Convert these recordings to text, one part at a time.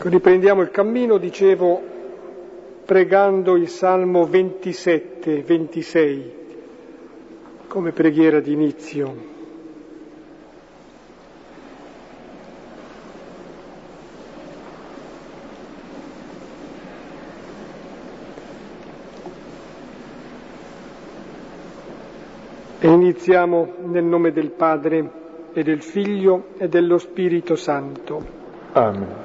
Riprendiamo il cammino, dicevo, pregando il Salmo 27-26 come preghiera d'inizio. E iniziamo nel nome del Padre e del Figlio e dello Spirito Santo. Amen.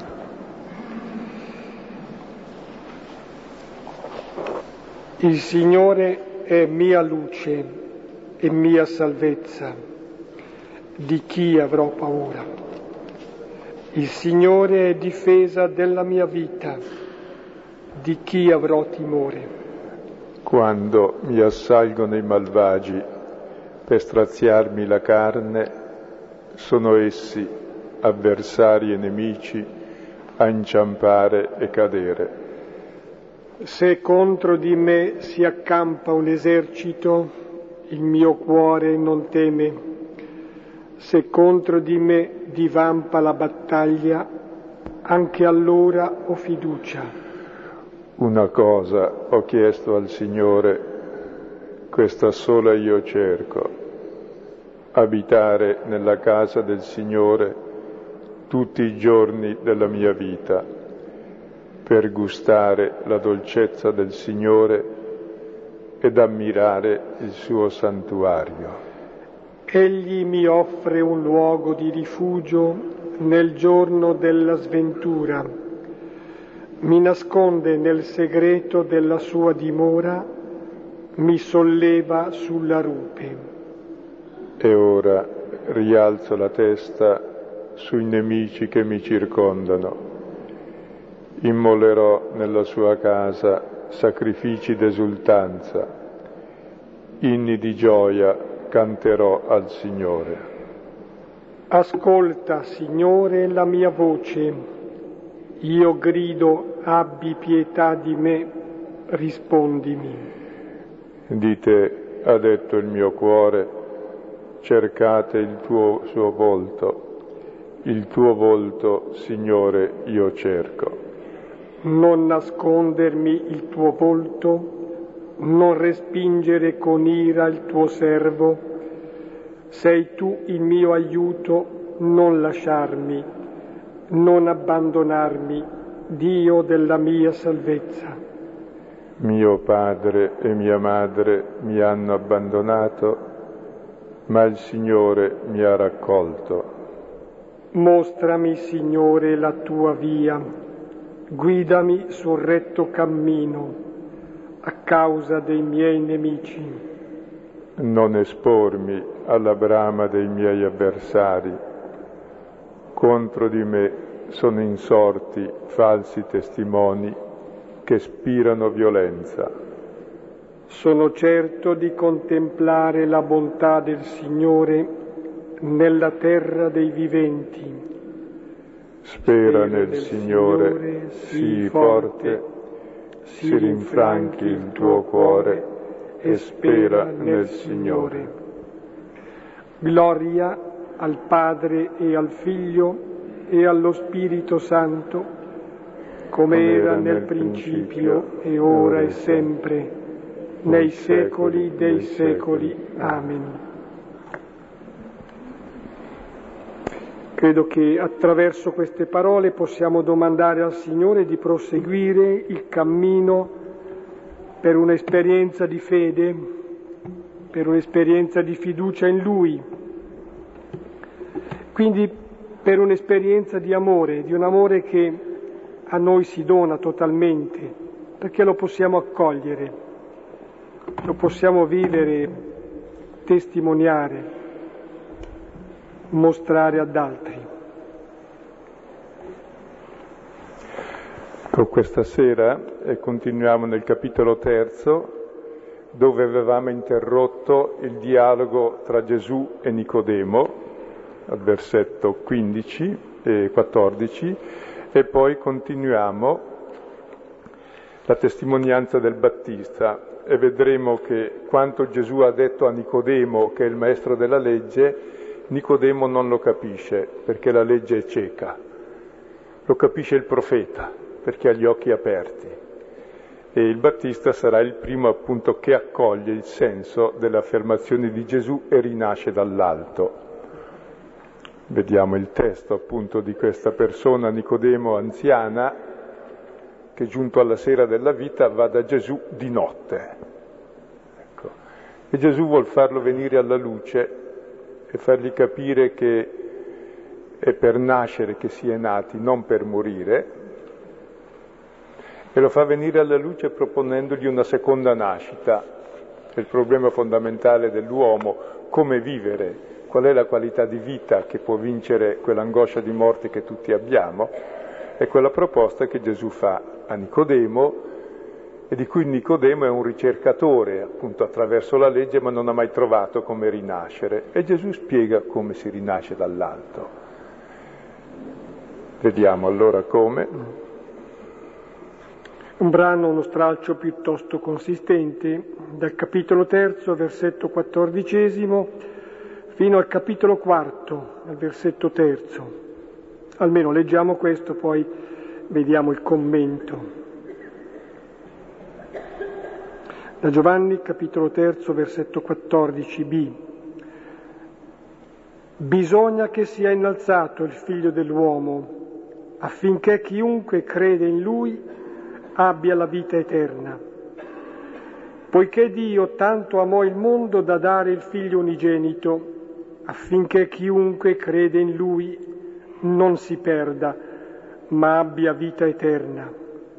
Il Signore è mia luce e mia salvezza. Di chi avrò paura? Il Signore è difesa della mia vita. Di chi avrò timore? Quando mi assalgono i malvagi per straziarmi la carne, sono essi, avversari e nemici, a inciampare e cadere. Se contro di me si accampa un esercito, il mio cuore non teme. Se contro di me divampa la battaglia, anche allora ho fiducia. Una cosa ho chiesto al Signore, questa sola io cerco: abitare nella casa del Signore tutti i giorni della mia vita, per gustare la dolcezza del Signore ed ammirare il suo santuario. Egli mi offre un luogo di rifugio nel giorno della sventura, mi nasconde nel segreto della sua dimora, mi solleva sulla rupe. E ora rialzo la testa sui nemici che mi circondano. Immolerò nella sua casa sacrifici d'esultanza, inni di gioia canterò al Signore. Ascolta, Signore, la mia voce, io grido, abbi pietà di me, rispondimi. Di te ha detto il mio cuore, cercate il suo volto, Signore, io cerco. Non nascondermi il tuo volto, non respingere con ira il tuo servo. Sei tu il mio aiuto, non lasciarmi, non abbandonarmi, Dio della mia salvezza. Mio padre e mia madre mi hanno abbandonato, ma il Signore mi ha raccolto. Mostrami, Signore, la tua via. Guidami sul retto cammino, a causa dei miei nemici. Non espormi alla brama dei miei avversari. Contro di me sono insorti falsi testimoni che spirano violenza. Sono certo di contemplare la bontà del Signore nella terra dei viventi. Spera nel Signore, sii forte, si rinfranchi il tuo cuore e spera nel Signore. Gloria al Padre e al Figlio e allo Spirito Santo, come era nel principio e ora e sempre, nei secoli dei secoli. Amen. Credo che attraverso queste parole possiamo domandare al Signore di proseguire il cammino per un'esperienza di fede, per un'esperienza di fiducia in Lui, quindi per un'esperienza di amore, di un amore che a noi si dona totalmente, perché lo possiamo accogliere, lo possiamo vivere, testimoniare, mostrare ad altri. Questa sera continuiamo nel capitolo 3, dove avevamo interrotto il dialogo tra Gesù e Nicodemo, al versetto 15 e 14, e poi continuiamo la testimonianza del Battista e vedremo che quanto Gesù ha detto a Nicodemo, che è il maestro della legge, Nicodemo non lo capisce perché la legge è cieca. Lo capisce il profeta, perché ha gli occhi aperti. E il Battista sarà il primo appunto che accoglie il senso dell'affermazione di Gesù e rinasce dall'alto. Vediamo il testo appunto di questa persona, Nicodemo, anziana, che giunto alla sera della vita va da Gesù di notte. Ecco. E Gesù vuol farlo venire alla luce e fargli capire che è per nascere che si è nati, non per morire, e lo fa venire alla luce proponendogli una seconda nascita. È il problema fondamentale dell'uomo, come vivere, qual è la qualità di vita che può vincere quell'angoscia di morte che tutti abbiamo. È quella proposta che Gesù fa a Nicodemo, e di cui Nicodemo è un ricercatore, appunto attraverso la legge, ma non ha mai trovato come rinascere. E Gesù spiega come si rinasce dall'alto. Vediamo allora come. Un brano, uno stralcio piuttosto consistente, dal capitolo 3, versetto 14, fino al capitolo 4, al versetto 3. Almeno leggiamo questo, poi vediamo il commento. Da Giovanni, capitolo 3, versetto 14b. Bisogna che sia innalzato il Figlio dell'uomo, affinché chiunque crede in Lui abbia la vita eterna. Poiché Dio tanto amò il mondo da dare il Figlio unigenito, affinché chiunque crede in Lui non si perda, ma abbia vita eterna.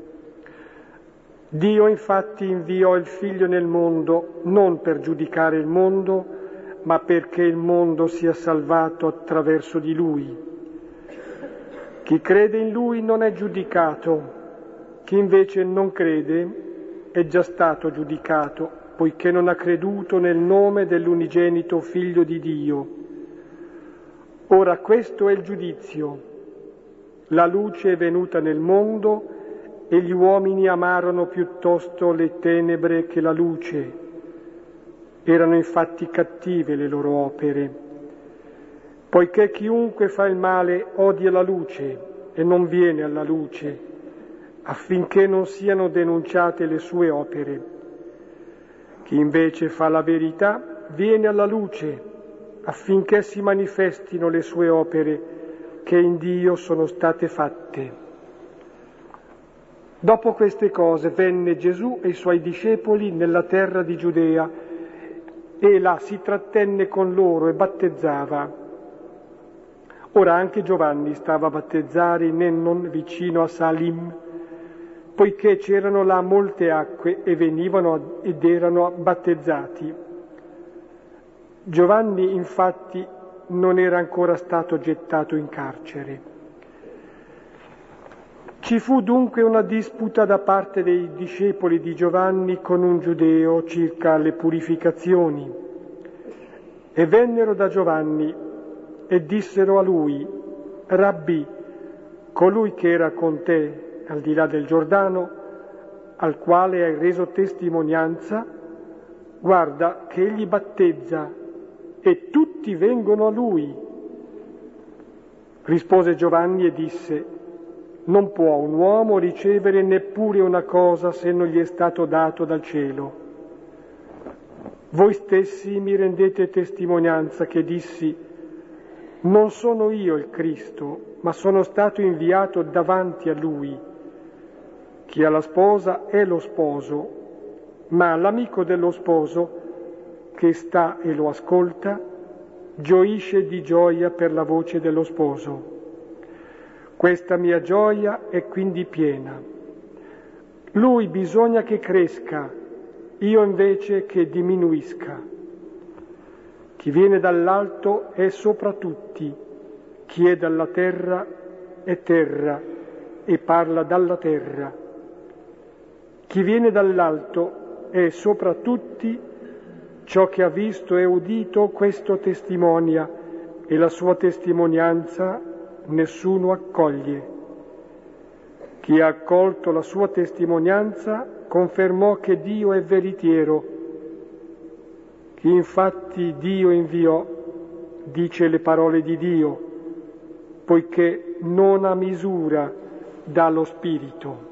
Dio infatti inviò il Figlio nel mondo non per giudicare il mondo, ma perché il mondo sia salvato attraverso di Lui. Chi crede in Lui non è giudicato, chi invece non crede è già stato giudicato, poiché non ha creduto nel nome dell'unigenito Figlio di Dio. Ora questo è il giudizio. La luce è venuta nel mondo e gli uomini amarono piuttosto le tenebre che la luce. Erano infatti cattive le loro opere. Poiché chiunque fa il male odia la luce e non viene alla luce, affinché non siano denunciate le sue opere. Chi invece fa la verità viene alla luce, affinché si manifestino le sue opere che in Dio sono state fatte. Dopo queste cose venne Gesù e i suoi discepoli nella terra di Giudea e là si trattenne con loro e battezzava. Ora anche Giovanni stava a battezzare in Ennon vicino a Salim, poiché c'erano là molte acque e venivano ed erano battezzati. Giovanni infatti non era ancora stato gettato in carcere. Ci fu dunque una disputa da parte dei discepoli di Giovanni con un giudeo circa le purificazioni. E vennero da Giovanni e dissero a lui: Rabbì, colui che era con te al di là del Giordano, al quale hai reso testimonianza, guarda che egli battezza e tutti vengono a lui. Rispose Giovanni e disse: non può un uomo ricevere neppure una cosa se non gli è stato dato dal cielo. Voi stessi mi rendete testimonianza che dissi: non sono io il Cristo, ma sono stato inviato davanti a Lui. Chi ha la sposa è lo sposo, ma l'amico dello sposo, che sta e lo ascolta, gioisce di gioia per la voce dello sposo. Questa mia gioia è quindi piena. Lui bisogna che cresca, io invece che diminuisca. Chi viene dall'alto è sopra tutti, chi è dalla terra è terra e parla dalla terra. Chi viene dall'alto è sopra tutti, ciò che ha visto e udito questo testimonia, e la sua testimonianza nessuno accoglie. Chi ha accolto la sua testimonianza confermò che Dio è veritiero. Chi infatti Dio inviò dice le parole di Dio, poiché non a misura dà lo Spirito.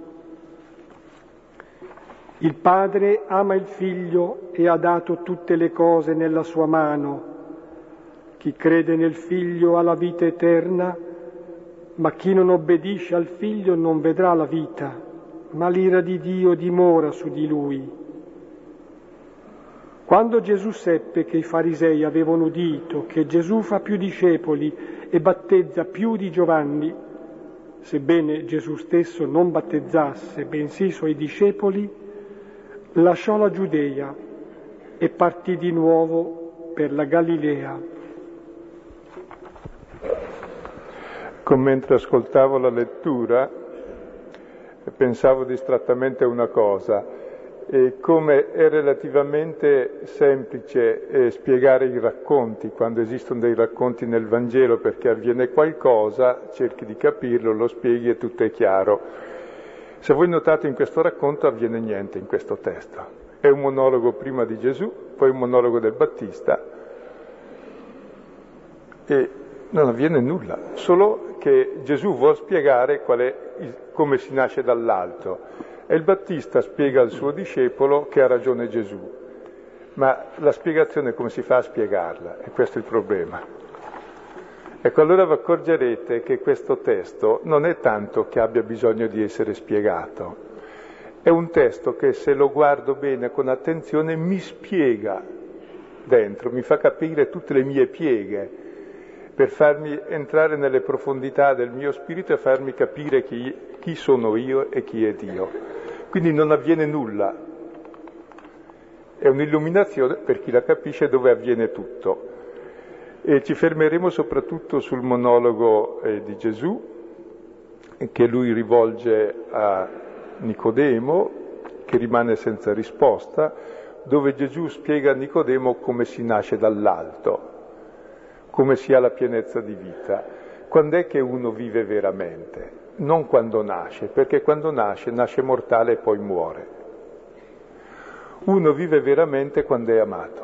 Il Padre ama il Figlio e ha dato tutte le cose nella sua mano. Chi crede nel Figlio ha la vita eterna, ma chi non obbedisce al Figlio non vedrà la vita, ma l'ira di Dio dimora su di lui. Quando Gesù seppe che i farisei avevano udito che Gesù fa più discepoli e battezza più di Giovanni, sebbene Gesù stesso non battezzasse, bensì i suoi discepoli, lasciò la Giudea e partì di nuovo per la Galilea. Mentre ascoltavo la lettura, pensavo distrattamente a una cosa, e come è relativamente semplice spiegare i racconti, quando esistono dei racconti nel Vangelo, perché avviene qualcosa, cerchi di capirlo, lo spieghi e tutto è chiaro. Se voi notate, in questo racconto avviene niente in questo testo. È un monologo prima di Gesù, poi un monologo del Battista, e non avviene nulla, solo che Gesù vuol spiegare come si nasce dall'alto, e il Battista spiega al suo discepolo che ha ragione Gesù, ma la spiegazione come si fa a spiegarla? E questo è il problema. Ecco, allora vi accorgerete che questo testo non è tanto che abbia bisogno di essere spiegato, è un testo che, se lo guardo bene con attenzione, mi spiega dentro, mi fa capire tutte le mie pieghe, per farmi entrare nelle profondità del mio spirito e farmi capire chi sono io e chi è Dio. Quindi non avviene nulla, è un'illuminazione per chi la capisce, dove avviene tutto. E ci fermeremo soprattutto sul monologo di Gesù, che lui rivolge a Nicodemo, che rimane senza risposta, dove Gesù spiega a Nicodemo come si nasce dall'alto, come si ha la pienezza di vita. Quando è che uno vive veramente? Non quando nasce, perché quando nasce mortale e poi muore. Uno vive veramente quando è amato,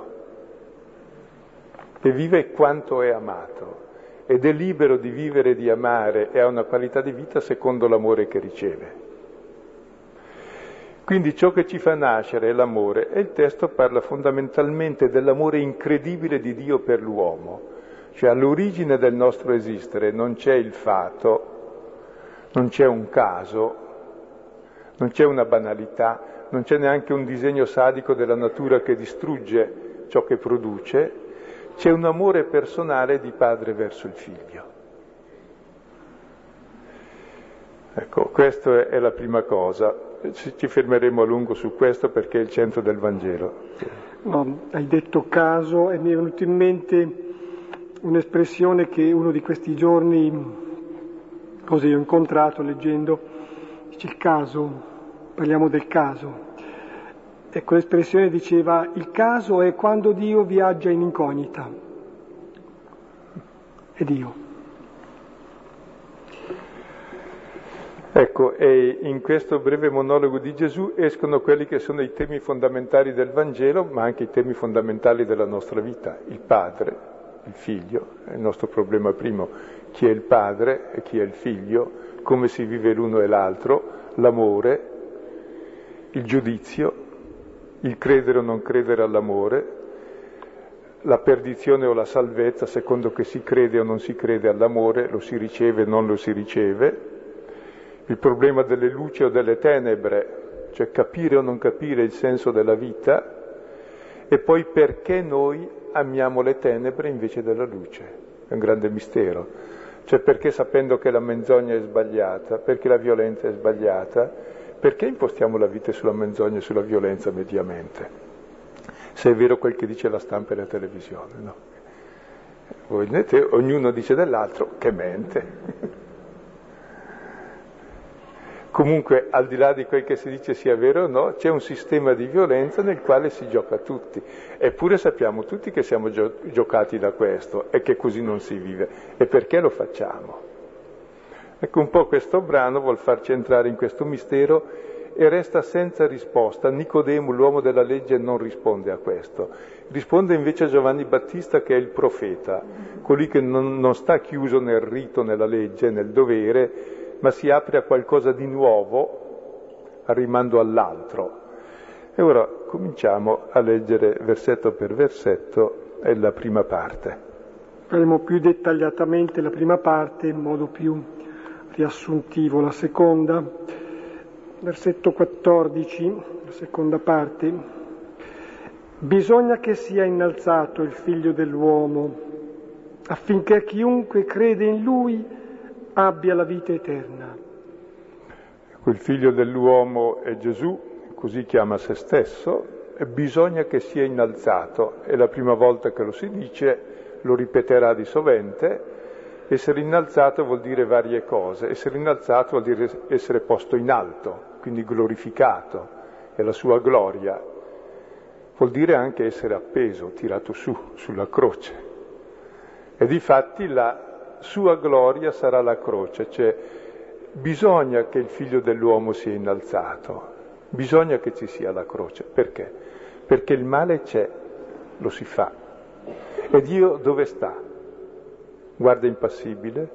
e vive quanto è amato, ed è libero di vivere e di amare e ha una qualità di vita secondo l'amore che riceve. Quindi ciò che ci fa nascere è l'amore, e il testo parla fondamentalmente dell'amore incredibile di Dio per l'uomo. Cioè, all'origine del nostro esistere non c'è il fato, non c'è un caso, non c'è una banalità, non c'è neanche un disegno sadico della natura che distrugge ciò che produce, c'è un amore personale di padre verso il figlio. Ecco, questa è la prima cosa. Ci fermeremo a lungo su questo perché è il centro del Vangelo. No, hai detto caso e mi è venuto in mente un'espressione che uno di questi giorni così ho incontrato leggendo, dice il caso, parliamo del caso. Ecco, l'espressione diceva: il caso è quando Dio viaggia in incognita. È Dio. Ecco, e in questo breve monologo di Gesù escono quelli che sono i temi fondamentali del Vangelo, ma anche i temi fondamentali della nostra vita. Il Padre, il Figlio, è il nostro problema primo. Chi è il Padre e chi è il Figlio, come si vive l'uno e l'altro, l'amore, il giudizio, il credere o non credere all'amore, la perdizione o la salvezza, secondo che si crede o non si crede all'amore, lo si riceve o non lo si riceve, il problema delle luci o delle tenebre, cioè capire o non capire il senso della vita, e poi perché noi amiamo le tenebre invece della luce. È un grande mistero. Cioè, perché, sapendo che la menzogna è sbagliata, perché la violenza è sbagliata, perché impostiamo la vita sulla menzogna e sulla violenza mediamente? Se è vero quel che dice la stampa e la televisione, no? Voi vedete, ognuno dice dell'altro che mente. Comunque, al di là di quel che si dice sia vero o no, c'è un sistema di violenza nel quale si gioca tutti. Eppure sappiamo tutti che siamo giocati da questo e che così non si vive. E perché lo facciamo? Ecco, un po' questo brano vuol farci entrare in questo mistero e resta senza risposta. Nicodemo, l'uomo della legge, non risponde a questo. Risponde invece a Giovanni Battista, che è il profeta, colui che non sta chiuso nel rito, nella legge, nel dovere, ma si apre a qualcosa di nuovo, arrimando all'altro. E ora cominciamo a leggere versetto per versetto la prima parte. Faremo più dettagliatamente la prima parte, in modo più riassuntivo la seconda. Versetto 14, la seconda parte. Bisogna che sia innalzato il Figlio dell'uomo, affinché chiunque crede in Lui abbia la vita eterna. Il Figlio dell'uomo è Gesù, così chiama se stesso, e bisogna che sia innalzato. È la prima volta che lo si dice, lo ripeterà di sovente. Essere innalzato vuol dire varie cose. Essere innalzato vuol dire essere posto in alto, quindi glorificato, è la sua gloria. Vuol dire anche essere appeso, tirato su, sulla croce. E difatti la sua gloria sarà la croce, cioè bisogna che il Figlio dell'uomo sia innalzato, bisogna che ci sia la croce. Perché? Perché il male c'è, lo si fa. E Dio dove sta? Guarda impassibile?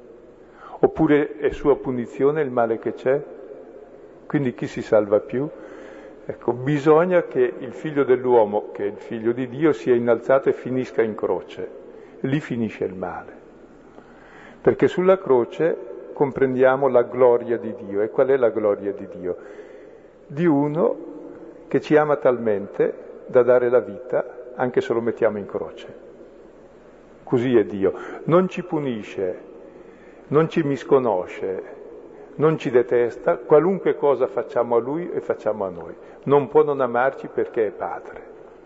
Oppure è sua punizione il male che c'è? Quindi chi si salva più? Ecco, bisogna che il Figlio dell'uomo, che è il Figlio di Dio, sia innalzato e finisca in croce. Lì finisce il male. Perché sulla croce comprendiamo la gloria di Dio. E qual è la gloria di Dio? Di uno che ci ama talmente da dare la vita anche se lo mettiamo in croce. Così è Dio. Non ci punisce, non ci misconosce, non ci detesta, qualunque cosa facciamo a Lui e facciamo a noi. Non può non amarci perché è Padre.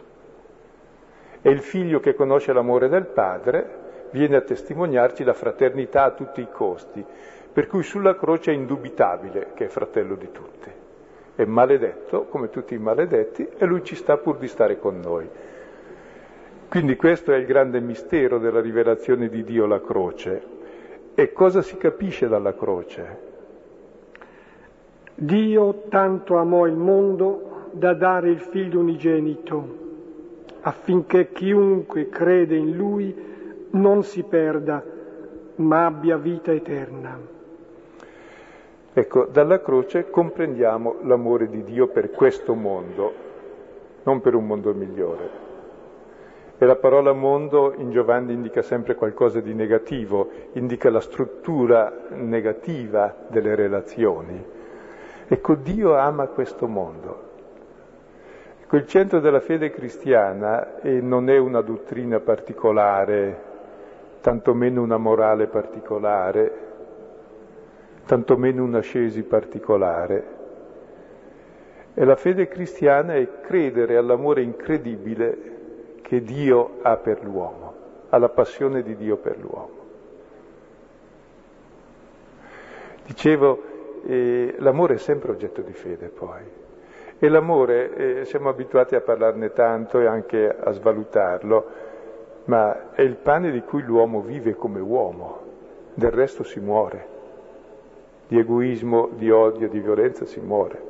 E il Figlio che conosce l'amore del Padre viene a testimoniarci la fraternità a tutti i costi, per cui sulla croce è indubitabile che è fratello di tutti. È maledetto, come tutti i maledetti, e Lui ci sta pur di stare con noi. Quindi questo è il grande mistero della rivelazione di Dio, la croce. E cosa si capisce dalla croce? Dio tanto amò il mondo da dare il Figlio unigenito, affinché chiunque crede in Lui non si perda, ma abbia vita eterna. Ecco, dalla croce comprendiamo l'amore di Dio per questo mondo, non per un mondo migliore. E la parola mondo in Giovanni indica sempre qualcosa di negativo, indica la struttura negativa delle relazioni. Ecco, Dio ama questo mondo. Ecco, il centro della fede cristiana non è una dottrina particolare, tantomeno una morale particolare, tantomeno un'ascesi particolare. E la fede cristiana è credere all'amore incredibile che Dio ha per l'uomo, alla passione di Dio per l'uomo. Dicevo, l'amore è sempre oggetto di fede poi, e l'amore, siamo abituati a parlarne tanto e anche a svalutarlo, ma è il pane di cui l'uomo vive come uomo, del resto si muore, di egoismo, di odio, di violenza si muore.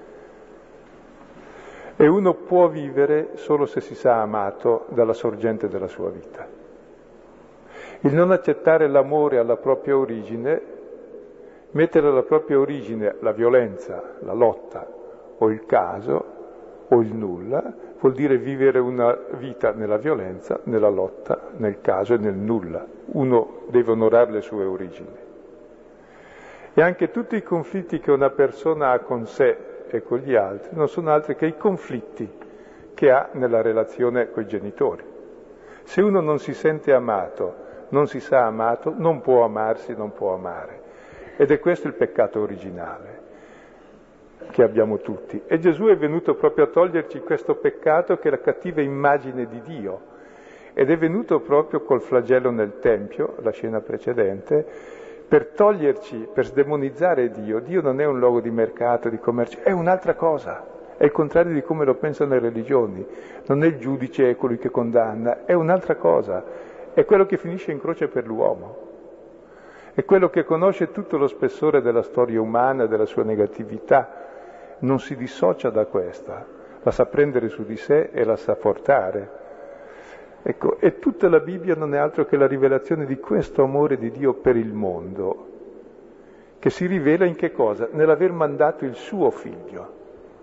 E uno può vivere solo se si sa amato dalla sorgente della sua vita. Il non accettare l'amore alla propria origine, mettere alla propria origine la violenza, la lotta o il caso o il nulla, vuol dire vivere una vita nella violenza, nella lotta, nel caso e nel nulla. Uno deve onorare le sue origini. E anche tutti i conflitti che una persona ha con sé e con gli altri non sono altri che i conflitti che ha nella relazione coi genitori. Se uno non si sente amato, non si sa amato, non può amarsi, non può amare. Ed è questo il peccato originale che abbiamo tutti. E Gesù è venuto proprio a toglierci questo peccato che è la cattiva immagine di Dio. Ed è venuto proprio col flagello nel Tempio, la scena precedente, per toglierci, per sdemonizzare Dio. Dio non è un luogo di mercato, di commercio, è un'altra cosa. È il contrario di come lo pensano le religioni. Non è il giudice, è colui che condanna, è un'altra cosa. È quello che finisce in croce per l'uomo. È quello che conosce tutto lo spessore della storia umana, della sua negatività, non si dissocia da questa, la sa prendere su di sé e la sa portare. Ecco, e tutta la Bibbia non è altro che la rivelazione di questo amore di Dio per il mondo, che si rivela in che cosa? Nell'aver mandato il suo figlio.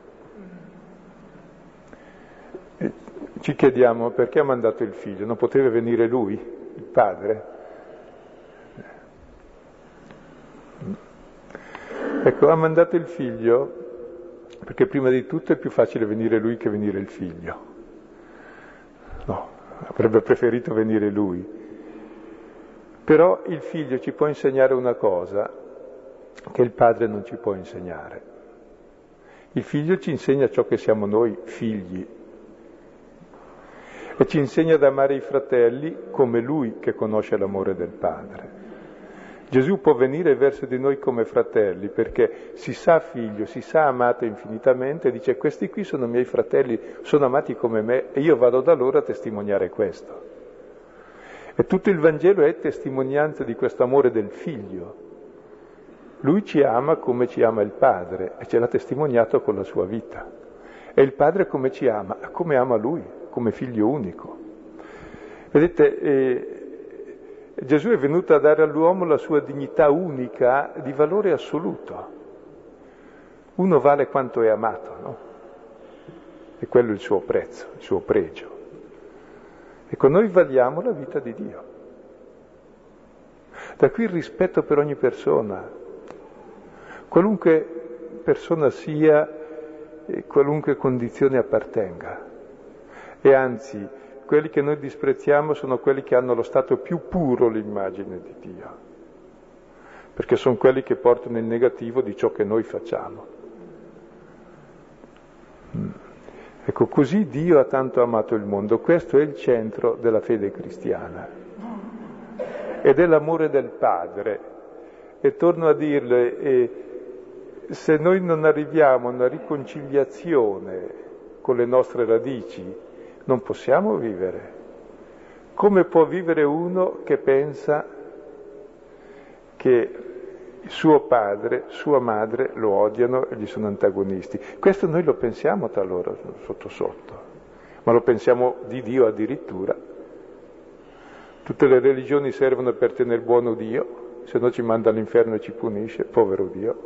E ci chiediamo perché ha mandato il figlio? Non poteva venire lui, il padre? Ecco, ha mandato il figlio perché prima di tutto è più facile venire lui che venire il figlio. No, avrebbe preferito venire lui. Però il figlio ci può insegnare una cosa che il padre non ci può insegnare. Il figlio ci insegna ciò che siamo noi, figli, e ci insegna ad amare i fratelli come lui che conosce l'amore del padre. Gesù può venire verso di noi come fratelli perché si sa figlio, si sa amato infinitamente e dice: questi qui sono miei fratelli, sono amati come me e io vado da loro a testimoniare questo. E tutto il Vangelo è testimonianza di questo amore del figlio. Lui ci ama come ci ama il padre e ce l'ha testimoniato con la sua vita. E il padre come ci ama? Come ama lui, come figlio unico. Vedete, Gesù è venuto a dare all'uomo la sua dignità unica di valore assoluto. Uno vale quanto è amato, no? E quello è il suo prezzo, il suo pregio. Ecco, noi valiamo la vita di Dio. Da qui il rispetto per ogni persona. Qualunque persona sia e qualunque condizione appartenga. E anzi, quelli che noi disprezziamo sono quelli che hanno lo stato più puro l'immagine di Dio, perché sono quelli che portano il negativo di ciò che noi facciamo. Ecco, così Dio ha tanto amato il mondo, questo è il centro della fede cristiana ed è l'amore del Padre. E torno a dirle, se noi non arriviamo a una riconciliazione con le nostre radici, non possiamo vivere. Come può vivere uno che pensa che suo padre, sua madre lo odiano e gli sono antagonisti? Questo noi lo pensiamo tra loro, sotto sotto, ma lo pensiamo di Dio addirittura. Tutte le religioni servono per tenere buono Dio, se no ci manda all'inferno e ci punisce, povero Dio.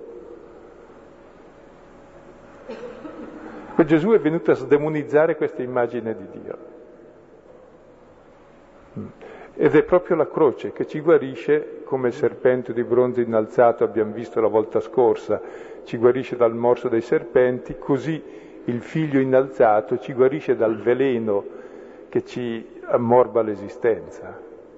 E Gesù è venuto a sdemonizzare questa immagine di Dio. Ed è proprio la croce che ci guarisce, come il serpente di bronzo innalzato abbiamo visto la volta scorsa, ci guarisce dal morso dei serpenti, così il figlio innalzato ci guarisce dal veleno che ci ammorba l'esistenza.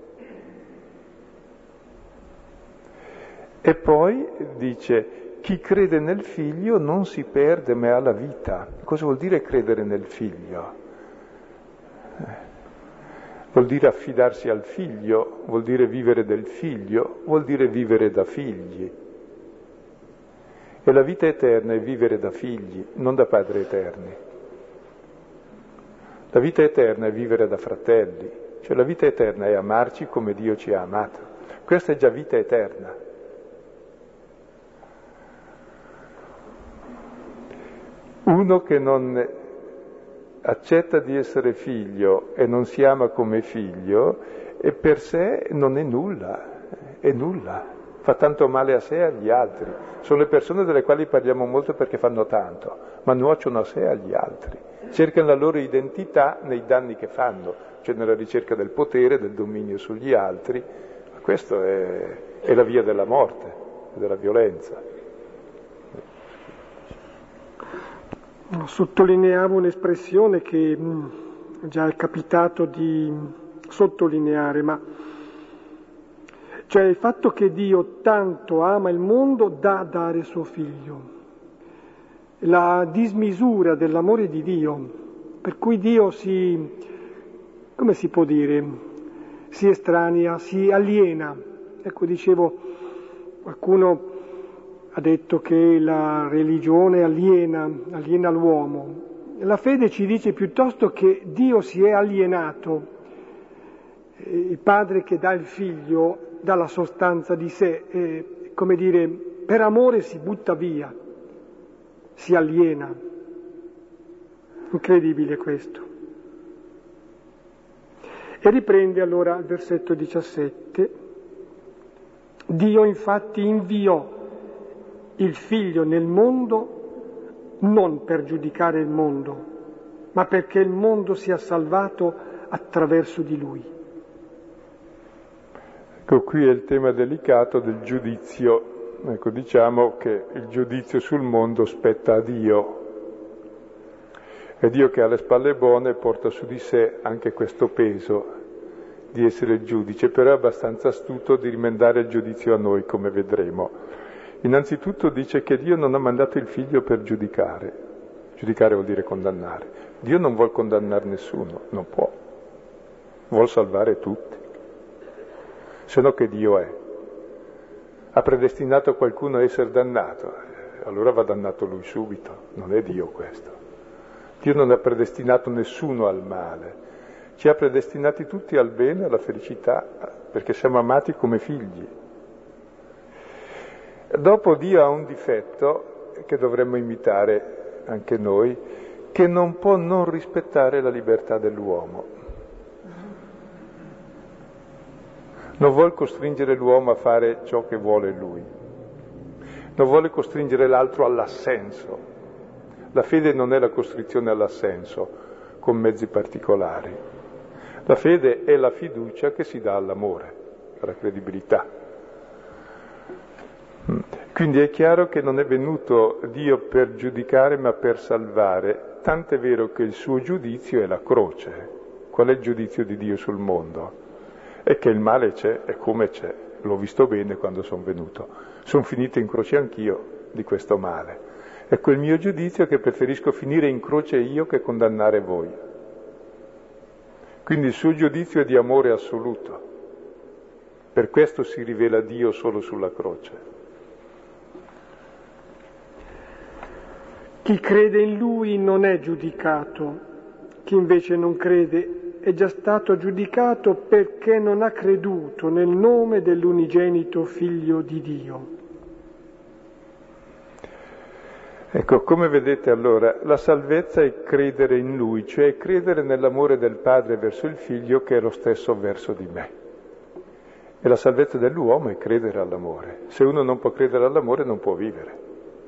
E poi dice: chi crede nel figlio non si perde ma ha la vita. Cosa vuol dire credere nel figlio? Vuol dire affidarsi al figlio, vuol dire vivere del figlio, vuol dire vivere da figli. E la vita eterna è vivere da figli, non da padri eterni. La vita eterna è vivere da fratelli, cioè la vita eterna è amarci come Dio ci ha amato. Questa è già vita eterna. Uno che non accetta di essere figlio e non si ama come figlio, e per sé non è nulla, fa tanto male a sé e agli altri. Sono le persone delle quali parliamo molto perché fanno tanto, ma nuociono a sé e agli altri. Cercano la loro identità nei danni che fanno, cioè nella ricerca del potere, del dominio sugli altri. Questo è la via della morte, della violenza. Sottolineavo un'espressione che già è capitato di sottolineare, ma cioè il fatto che Dio tanto ama il mondo da dare suo figlio, la dismisura dell'amore di Dio, per cui Dio come si può dire, si estranea, si aliena. Ecco, dicevo, qualcuno ha detto che la religione aliena l'uomo. La fede ci dice piuttosto che Dio si è alienato. Il padre che dà il figlio dà la sostanza di sé, come dire, per amore si butta via. si aliena. Incredibile questo. E riprende allora al versetto 17. Dio infatti inviò il Figlio nel mondo non per giudicare il mondo, ma perché il mondo sia salvato attraverso di Lui. Ecco, qui è il tema delicato del giudizio. Ecco, diciamo che il giudizio sul mondo spetta a Dio. È Dio che ha le spalle buone e porta su di sé anche questo peso di essere il giudice, però è abbastanza astuto di rimandare il giudizio a noi, come vedremo. Innanzitutto dice che Dio non ha mandato il Figlio per giudicare. Giudicare vuol dire condannare. Dio non vuol condannare nessuno, non può. Vuol salvare tutti. Se no che Dio è? Ha predestinato qualcuno a essere dannato, allora va dannato lui subito, non è Dio questo. Dio non ha predestinato nessuno al male, ci ha predestinati tutti al bene, alla felicità, perché siamo amati come figli. Dopo Dio ha un difetto che dovremmo imitare anche noi, che non può non rispettare la libertà dell'uomo. Non vuole costringere l'uomo a fare ciò che vuole lui, non vuole costringere l'altro all'assenso. La fede non è la costrizione all'assenso con mezzi particolari. La fede è la fiducia che si dà all'amore, alla credibilità. Quindi è chiaro che non è venuto Dio per giudicare ma per salvare, tant'è vero che il suo giudizio è la croce. Qual è il giudizio di Dio sul mondo? È che il male c'è, e come c'è, l'ho visto bene quando sono venuto. Sono finito in croce anch'io di questo male. È quel mio giudizio che preferisco finire in croce io che condannare voi. Quindi il suo giudizio è di amore assoluto. Per questo si rivela Dio solo sulla croce. Chi crede in Lui non è giudicato, chi invece non crede è già stato giudicato perché non ha creduto nel nome dell'unigenito Figlio di Dio. Ecco, come vedete allora, la salvezza è credere in Lui, cioè credere nell'amore del Padre verso il Figlio che è lo stesso verso di me. E la salvezza dell'uomo è credere all'amore. Se uno non può credere all'amore non può vivere.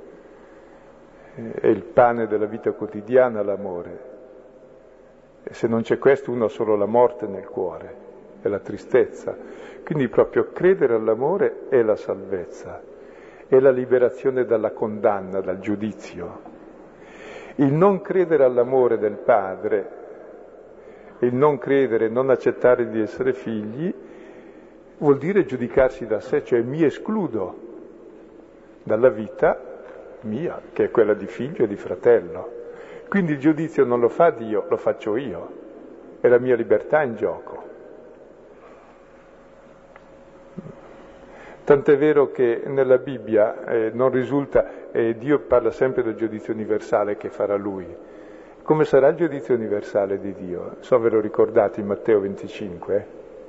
È il pane della vita quotidiana l'amore. E se non c'è questo uno ha solo la morte nel cuore, è la tristezza. Quindi proprio credere all'amore è la salvezza, è la liberazione dalla condanna, dal giudizio. Il non credere all'amore del Padre, il non credere, non accettare di essere figli, vuol dire giudicarsi da sé, cioè mi escludo dalla vita mia, che è quella di figlio e di fratello. Quindi il giudizio non lo fa Dio, lo faccio io, è la mia libertà in gioco. Tant'è vero che nella Bibbia non risulta, Dio parla sempre del giudizio universale che farà Lui. Come sarà il giudizio universale di Dio? So ve lo ricordate in Matteo 25?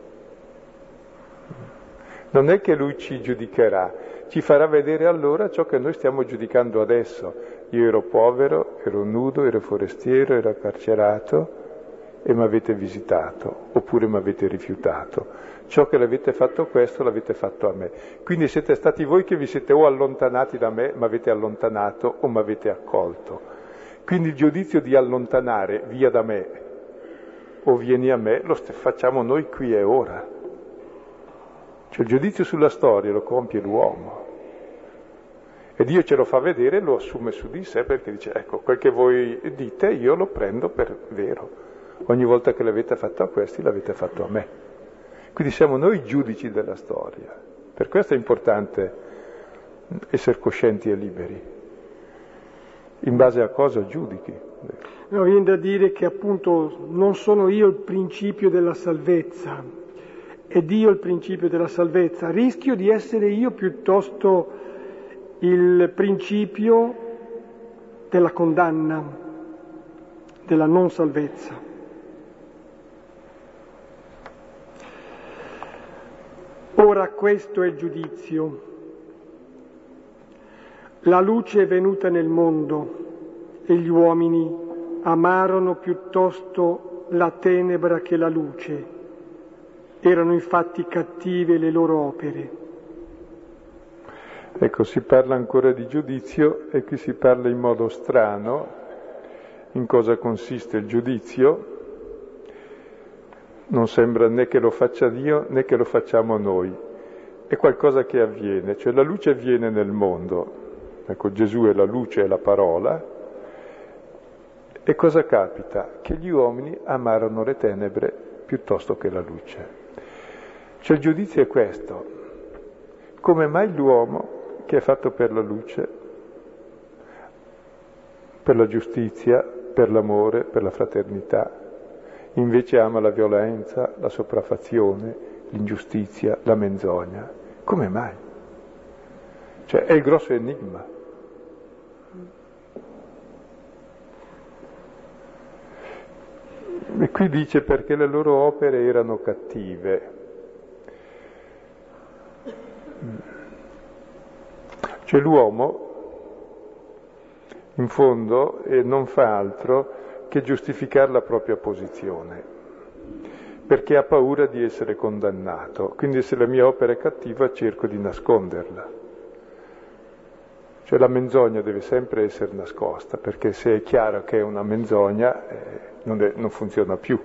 Non è che Lui ci giudicherà, ci farà vedere allora ciò che noi stiamo giudicando adesso. Io ero povero, ero nudo, ero forestiero, ero carcerato e mi avete visitato, oppure mi avete rifiutato. Ciò che l'avete fatto questo l'avete fatto a me. Quindi siete stati voi che vi siete o allontanati da me, mi avete allontanato, o mi avete accolto. Quindi il giudizio di allontanare via da me o vieni a me lo facciamo noi qui e ora. Cioè il giudizio sulla storia lo compie l'uomo. E Dio ce lo fa vedere e lo assume su di sé perché dice, ecco, quel che voi dite io lo prendo per vero. Ogni volta che l'avete fatto a questi l'avete fatto a me. Quindi siamo noi giudici della storia. Per questo è importante essere coscienti e liberi. In base a cosa giudichi? No, viene da dire che appunto non sono io il principio della salvezza, è Dio il principio della salvezza. Rischio di essere io piuttosto il principio della condanna, della non salvezza. Ora questo è il giudizio. La luce è venuta nel mondo e gli uomini amarono piuttosto la tenebra che la luce. Erano infatti cattive le loro opere. Ecco, si parla ancora di giudizio e qui si parla in modo strano. In cosa consiste il giudizio? Non sembra né che lo faccia Dio né che lo facciamo noi. È qualcosa che avviene, cioè la luce viene nel mondo. Ecco, Gesù è la luce, è la parola. E cosa capita? Che gli uomini amarono le tenebre piuttosto che la luce. Cioè il giudizio è questo. Come mai l'uomo, che è fatto per la luce, per la giustizia, per l'amore, per la fraternità, invece ama la violenza, la sopraffazione, l'ingiustizia, la menzogna? Come mai? Cioè è il grosso enigma. E qui dice perché le loro opere erano cattive. Cioè l'uomo, in fondo, non fa altro che giustificare la propria posizione, perché ha paura di essere condannato. Quindi se la mia opera è cattiva cerco di nasconderla. Cioè la menzogna deve sempre essere nascosta, perché se è chiaro che è una menzogna non funziona più.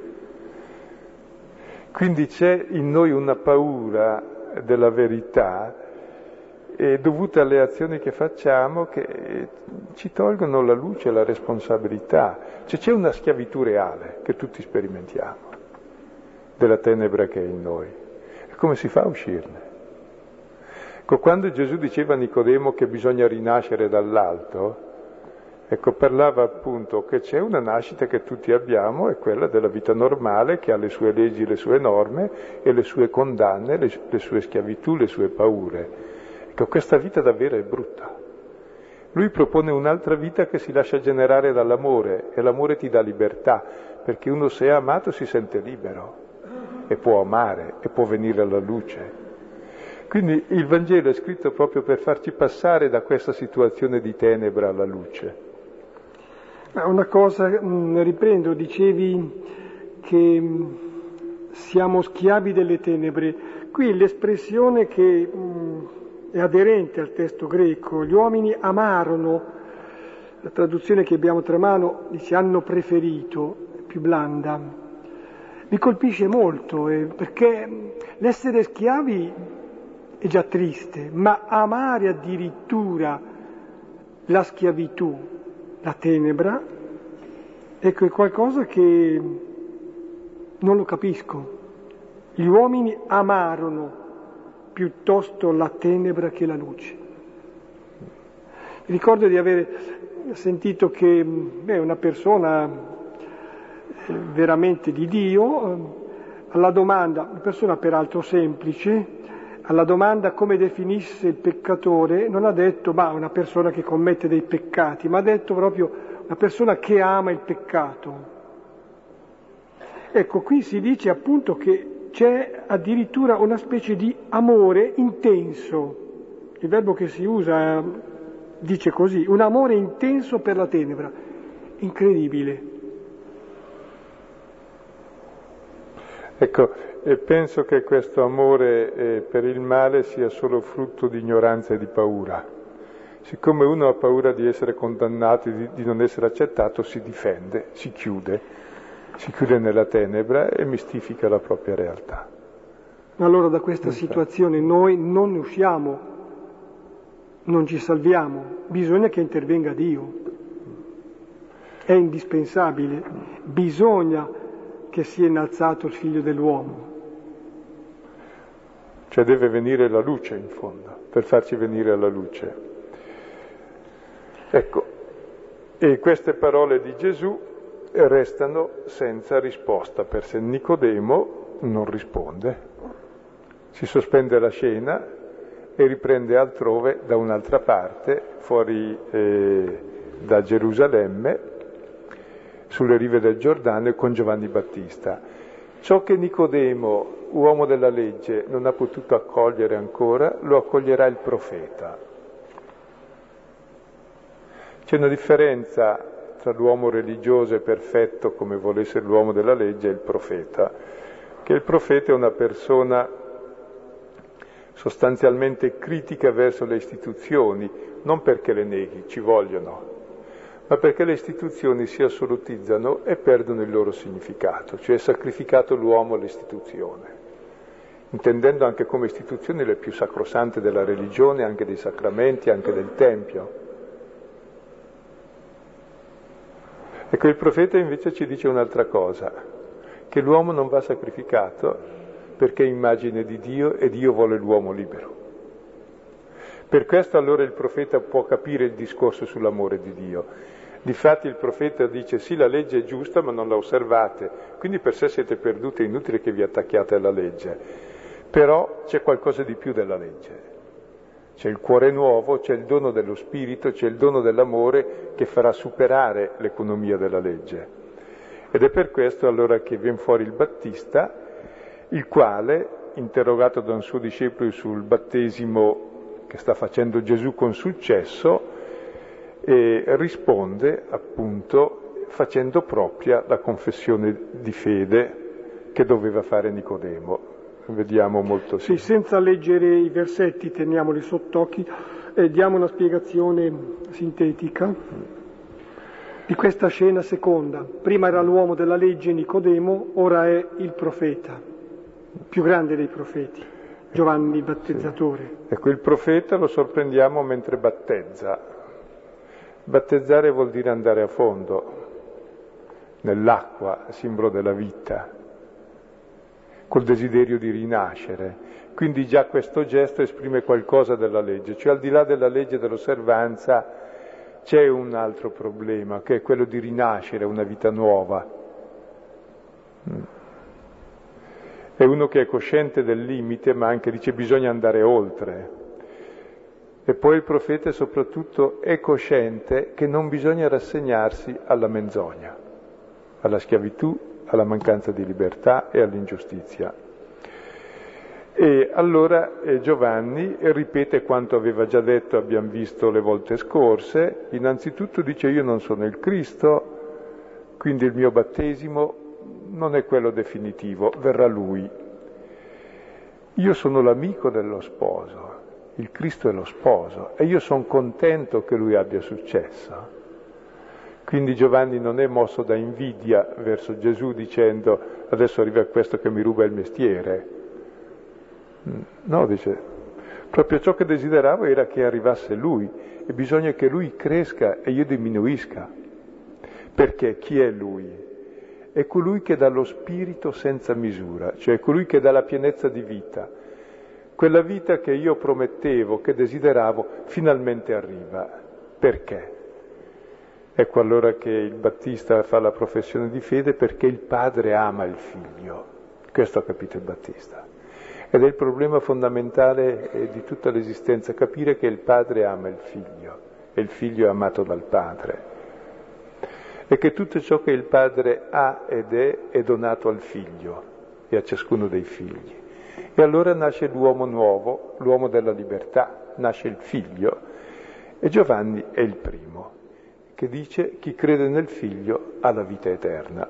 Quindi c'è in noi una paura della verità dovuta alle azioni che facciamo che ci tolgono la luce e la responsabilità. Cioè c'è una schiavitù reale che tutti sperimentiamo della tenebra che è in noi. E come si fa a uscirne? Ecco, quando Gesù diceva a Nicodemo che bisogna rinascere dall'alto, ecco, parlava appunto che c'è una nascita che tutti abbiamo, è quella della vita normale, che ha le sue leggi, le sue norme e le sue condanne, le sue schiavitù, le sue paure. Ecco, questa vita davvero è brutta. Lui propone un'altra vita che si lascia generare dall'amore, e l'amore ti dà libertà, perché uno se è amato si sente libero, e può amare, e può venire alla luce. Quindi il Vangelo è scritto proprio per farci passare da questa situazione di tenebra alla luce. Una cosa, riprendo, dicevi che siamo schiavi delle tenebre. Qui l'espressione che è aderente al testo greco, gli uomini amarono, la traduzione che abbiamo tra mano dice hanno preferito, è più blanda. Mi colpisce molto, perché l'essere schiavi è già triste, ma amare addirittura la schiavitù, la tenebra, ecco, è qualcosa che non lo capisco. Gli uomini amarono piuttosto la tenebra che la luce. Ricordo di aver sentito che una persona veramente di Dio, alla domanda, una persona peraltro semplice, alla domanda come definisse il peccatore, non ha detto una persona che commette dei peccati, ma ha detto proprio una persona che ama il peccato. Ecco, qui si dice appunto che c'è addirittura una specie di amore intenso. Il verbo che si usa dice così, un amore intenso per la tenebra. Incredibile. Ecco, penso che questo amore per il male sia solo frutto di ignoranza e di paura. Siccome uno ha paura di essere condannato, di non essere accettato, si difende, si chiude nella tenebra e mistifica la propria realtà. Allora da questa situazione noi non ne usciamo, non ci salviamo, bisogna che intervenga Dio. È indispensabile, bisogna che sia innalzato il figlio dell'uomo. Cioè deve venire la luce in fondo, per farci venire alla luce. Ecco, e queste parole di Gesù restano senza risposta, perché Nicodemo non risponde. Si sospende la scena e riprende altrove da un'altra parte, fuori da Gerusalemme, sulle rive del Giordano con Giovanni Battista. Ciò che Nicodemo, uomo della legge, non ha potuto accogliere ancora, lo accoglierà il profeta. C'è una differenza tra l'uomo religioso e perfetto, come vuole essere l'uomo della legge, e il profeta, che il profeta è una persona sostanzialmente critica verso le istituzioni, non perché le neghi, ci vogliono, ma perché le istituzioni si assolutizzano e perdono il loro significato, cioè è sacrificato l'uomo all'istituzione, intendendo anche come istituzioni le più sacrosante della religione, anche dei sacramenti, anche del Tempio. Ecco, il profeta invece ci dice un'altra cosa, che l'uomo non va sacrificato perché è immagine di Dio e Dio vuole l'uomo libero. Per questo allora il profeta può capire il discorso sull'amore di Dio. Difatti il profeta dice sì, la legge è giusta ma non la osservate, quindi per sé siete perduti, è inutile che vi attacchiate alla legge. Però c'è qualcosa di più della legge. C'è il cuore nuovo, c'è il dono dello spirito, c'è il dono dell'amore che farà superare l'economia della legge. Ed è per questo allora che viene fuori il Battista, il quale, interrogato da un suo discepolo sul battesimo che sta facendo Gesù con successo, risponde appunto facendo propria la confessione di fede che doveva fare Nicodemo. Vediamo molto sì, senza leggere i versetti, teniamoli sott'occhi, diamo una spiegazione sintetica di questa scena seconda. Prima era l'uomo della legge Nicodemo, ora è il profeta, più grande dei profeti, Giovanni Battezzatore. Sì. Ecco, il profeta lo sorprendiamo mentre battezza. Battezzare vuol dire andare a fondo, nell'acqua, simbolo della vita, col desiderio di rinascere. Quindi già questo gesto esprime qualcosa della legge, cioè al di là della legge dell'osservanza c'è un altro problema, che è quello di rinascere una vita nuova. È uno che è cosciente del limite, ma anche dice bisogna andare oltre. E poi il profeta soprattutto è cosciente che non bisogna rassegnarsi alla menzogna, alla schiavitù, alla mancanza di libertà e all'ingiustizia. E allora Giovanni ripete quanto aveva già detto, abbiamo visto le volte scorse. Innanzitutto dice: io non sono il Cristo, quindi il mio battesimo non è quello definitivo, verrà Lui. Io sono l'amico dello sposo, il Cristo è lo sposo e io sono contento che Lui abbia successo. Quindi Giovanni non è mosso da invidia verso Gesù dicendo adesso arriva questo che mi ruba il mestiere. No, dice, proprio ciò che desideravo era che arrivasse Lui e bisogna che Lui cresca e io diminuisca. Perché chi è Lui? È colui che dà lo spirito senza misura, cioè colui che dà la pienezza di vita. Quella vita che io promettevo, che desideravo, finalmente arriva. Perché? Ecco allora che il Battista fa la professione di fede perché il padre ama il figlio. Questo ha capito il Battista. Ed è il problema fondamentale di tutta l'esistenza, capire che il padre ama il figlio e il figlio è amato dal padre. E che tutto ciò che il padre ha ed è donato al figlio e a ciascuno dei figli. E allora nasce l'uomo nuovo, l'uomo della libertà, nasce il figlio. E Giovanni è il primo, che dice: chi crede nel figlio ha la vita eterna.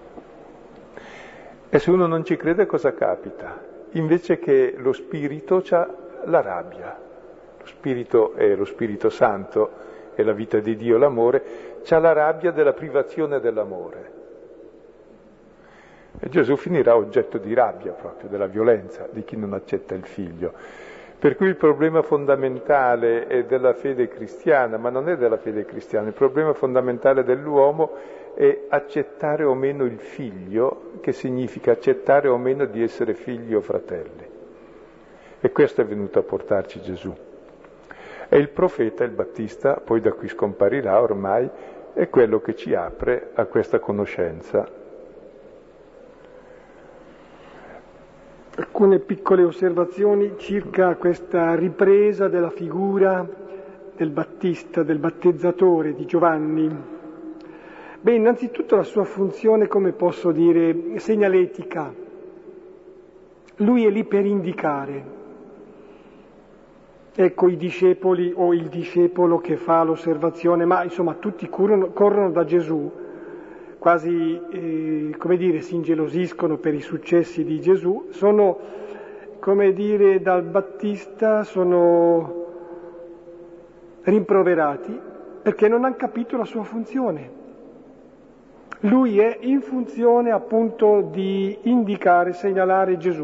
E se uno non ci crede cosa capita? Invece che lo spirito c'ha la rabbia. Lo spirito è lo Spirito Santo, è la vita di Dio, l'amore, c'ha la rabbia della privazione dell'amore. E Gesù finirà oggetto di rabbia proprio, della violenza di chi non accetta il figlio. Per cui il problema fondamentale è della fede cristiana, ma non è della fede cristiana, il problema fondamentale dell'uomo è accettare o meno il figlio, che significa accettare o meno di essere figli o fratelli. E questo è venuto a portarci Gesù. E il profeta, il Battista, poi da qui scomparirà ormai, è quello che ci apre a questa conoscenza. Alcune piccole osservazioni circa questa ripresa della figura del Battista, del battezzatore di Giovanni. Beh, innanzitutto la sua funzione, come posso dire, segnaletica. Lui è lì per indicare. Ecco i discepoli o il discepolo che fa l'osservazione, ma insomma tutti corrono da Gesù, quasi, come dire, si ingelosiscono per i successi di Gesù, sono, come dire, dal Battista sono rimproverati perché non hanno capito la sua funzione. Lui è in funzione appunto di indicare, segnalare Gesù.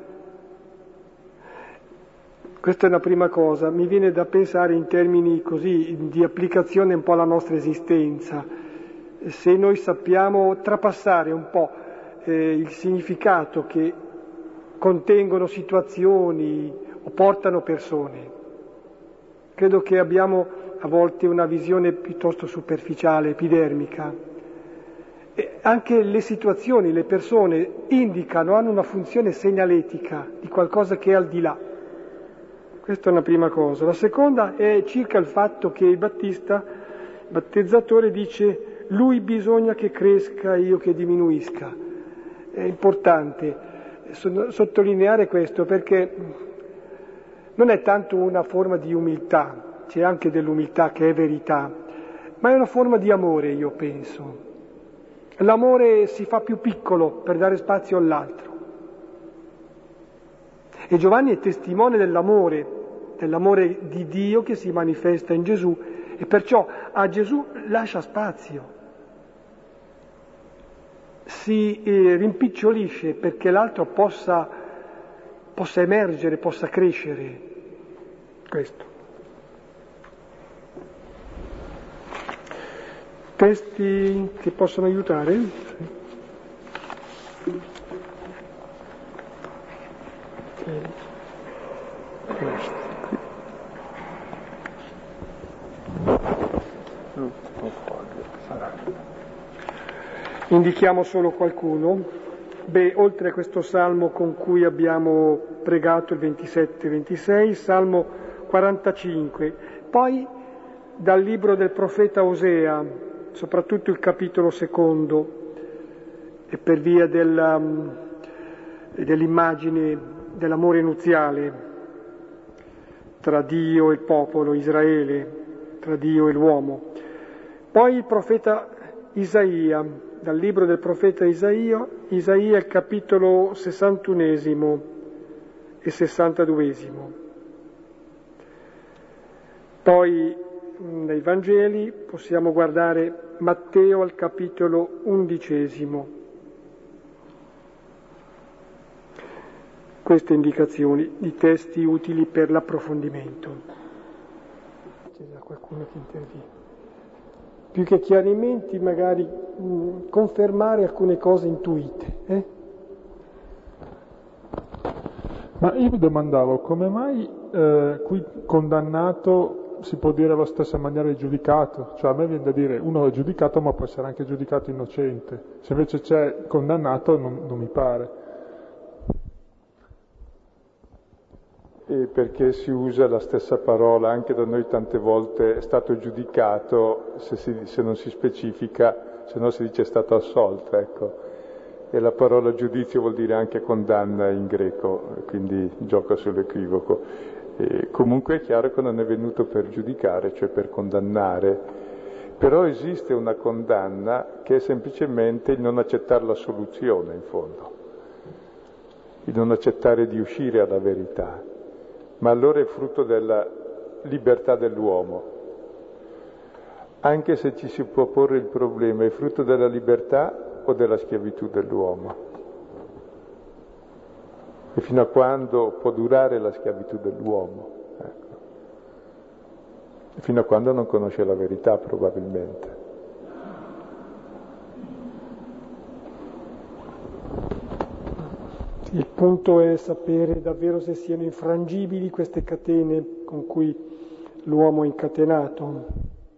Questa è una prima cosa, mi viene da pensare in termini così di applicazione un po' alla nostra esistenza. Se noi sappiamo trapassare un po' il significato che contengono situazioni o portano persone, credo che abbiamo a volte una visione piuttosto superficiale, epidermica. E anche le situazioni, le persone indicano, hanno una funzione segnaletica di qualcosa che è al di là. Questa è una prima cosa. La seconda è circa il fatto che il Battista, il battezzatore, dice lui bisogna che cresca, io che diminuisca. È importante sottolineare questo perché non è tanto una forma di umiltà, c'è anche dell'umiltà che è verità, ma è una forma di amore, io penso. L'amore si fa più piccolo per dare spazio all'altro. E Giovanni è testimone dell'amore di Dio che si manifesta in Gesù e perciò a Gesù lascia spazio, si rimpicciolisce perché l'altro possa emergere, possa crescere. Questo. Testi che possono aiutare? Indichiamo solo qualcuno. Oltre a questo salmo con cui abbiamo pregato il 27-26, salmo 45, poi dal libro del profeta Osea, soprattutto il capitolo 2, e per via dell'immagine dell'amore nuziale tra Dio e il popolo, Israele, tra Dio e l'uomo. Poi il profeta Isaia, dal libro del profeta Isaia, il capitolo 61 e 62. Poi nei Vangeli possiamo guardare Matteo al capitolo 11. Queste indicazioni di testi utili per l'approfondimento. C'è già qualcuno che interviene. Più che chiarimenti, magari confermare alcune cose intuite. Ma io mi domandavo come mai qui condannato si può dire alla stessa maniera di giudicato, cioè a me viene da dire uno è giudicato ma può essere anche giudicato innocente, se invece c'è condannato non mi pare. E perché si usa la stessa parola, anche da noi tante volte è stato giudicato, se non si specifica, se no si dice è stato assolto, ecco. E la parola giudizio vuol dire anche condanna in greco, quindi gioca sull'equivoco. E comunque è chiaro che non è venuto per giudicare, cioè per condannare, però esiste una condanna che è semplicemente il non accettare la soluzione, in fondo, il non accettare di uscire alla verità. Ma allora è frutto della libertà dell'uomo. Anche se ci si può porre il problema, è frutto della libertà o della schiavitù dell'uomo? E fino a quando può durare la schiavitù dell'uomo? Ecco. E fino a quando non conosce la verità, probabilmente. Il punto è sapere davvero se siano infrangibili queste catene con cui l'uomo è incatenato.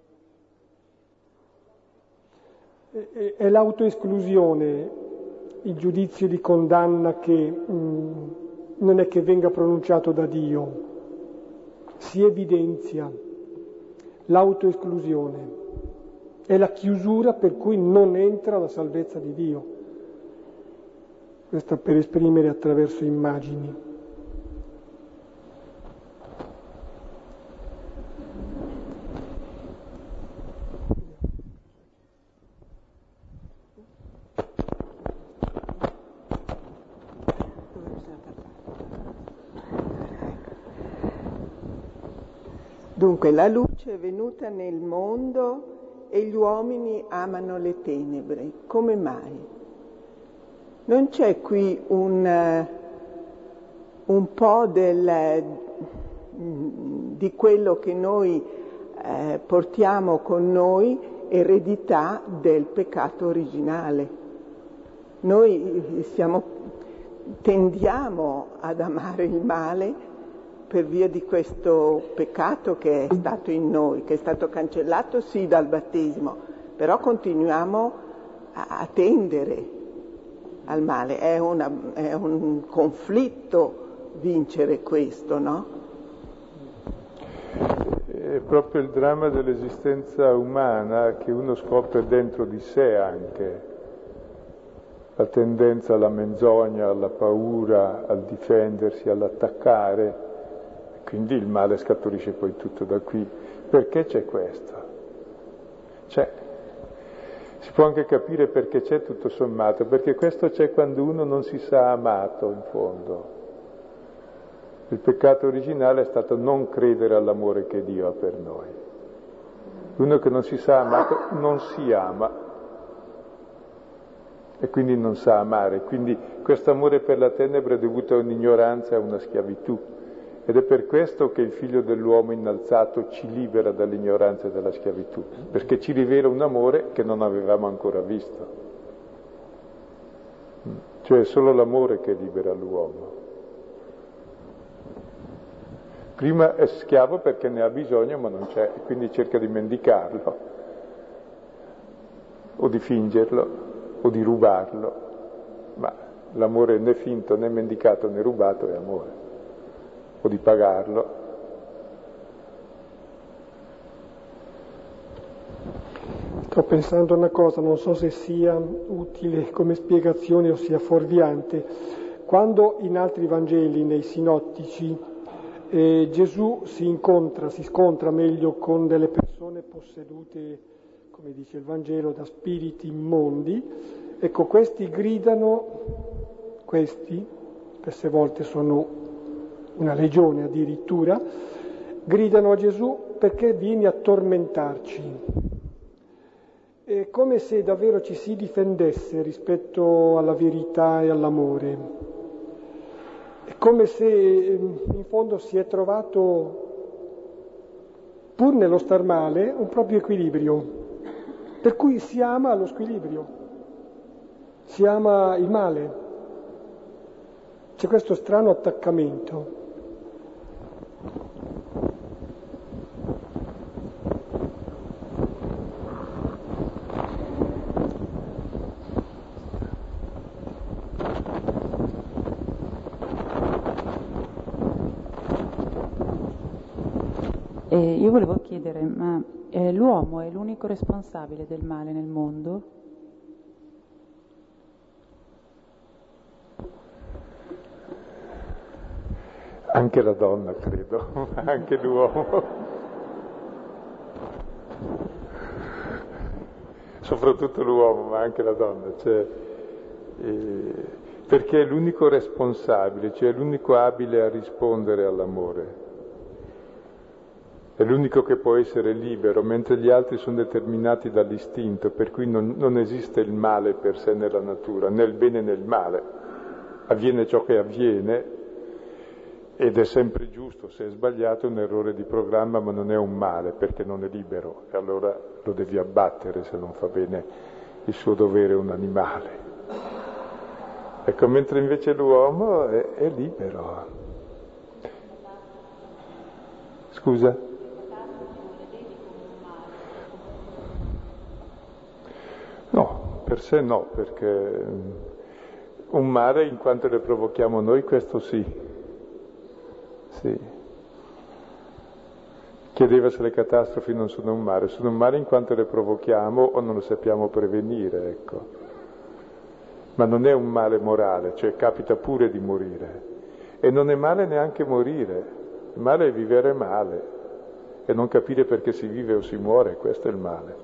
È l'autoesclusione, il giudizio di condanna che non è che venga pronunciato da Dio, si evidenzia l'autoesclusione, è la chiusura per cui non entra la salvezza di Dio. Questo per esprimere attraverso immagini. Dunque, la luce è venuta nel mondo e gli uomini amano le tenebre. Come mai? Non c'è qui un po' di quello che noi portiamo con noi, eredità del peccato originale. Noi tendiamo ad amare il male per via di questo peccato che è stato in noi, che è stato cancellato sì dal battesimo, però continuiamo a tendere al male. È un conflitto vincere questo, no? È proprio il dramma dell'esistenza umana che uno scopre dentro di sé anche, la tendenza alla menzogna, alla paura, al difendersi, all'attaccare. Quindi il male scaturisce poi tutto da qui. Perché c'è questo? Si può anche capire perché c'è tutto sommato, perché questo c'è quando uno non si sa amato in fondo. Il peccato originale è stato non credere all'amore che Dio ha per noi. Uno che non si sa amato non si ama e quindi non sa amare. Quindi questo amore per la tenebra è dovuto a un'ignoranza e a una schiavitù. Ed è per questo che il Figlio dell'uomo innalzato ci libera dall'ignoranza e dalla schiavitù, perché ci rivela un amore che non avevamo ancora visto. Cioè è solo l'amore che libera l'uomo. Prima è schiavo perché ne ha bisogno ma non c'è, e quindi cerca di mendicarlo, o di fingerlo, o di rubarlo, ma l'amore né finto né mendicato né rubato è amore. O di pagarlo. Sto pensando a una cosa, non so se sia utile come spiegazione o sia fuorviante. Quando in altri Vangeli, nei sinottici, Gesù si scontra meglio con delle persone possedute, come dice il Vangelo, da spiriti immondi, ecco, questi gridano, queste volte sono una legione addirittura, gridano a Gesù perché vieni a tormentarci. È come se davvero ci si difendesse rispetto alla verità e all'amore. È come se in fondo si è trovato, pur nello star male, un proprio equilibrio, per cui si ama lo squilibrio, si ama il male. C'è questo strano attaccamento. Io volevo chiedere, ma l'uomo è l'unico responsabile del male nel mondo? Anche la donna, credo, anche l'uomo. Soprattutto l'uomo, ma anche la donna. Perché è l'unico responsabile, cioè l'unico abile a rispondere all'amore. È l'unico che può essere libero, mentre gli altri sono determinati dall'istinto, per cui non esiste il male per sé nella natura, né il bene né il male. Avviene ciò che avviene ed è sempre giusto, se è sbagliato è un errore di programma, ma non è un male perché non è libero e allora lo devi abbattere se non fa bene il suo dovere un animale. Ecco, mentre invece l'uomo è libero. Scusa? No, per sé no, perché un male in quanto le provochiamo noi, questo sì. Sì. Chiedeva se le catastrofi non sono un male in quanto le provochiamo o non lo sappiamo prevenire, ecco. Ma non è un male morale, cioè capita pure di morire. E non è male neanche morire, il male è vivere male e non capire perché si vive o si muore, questo è il male.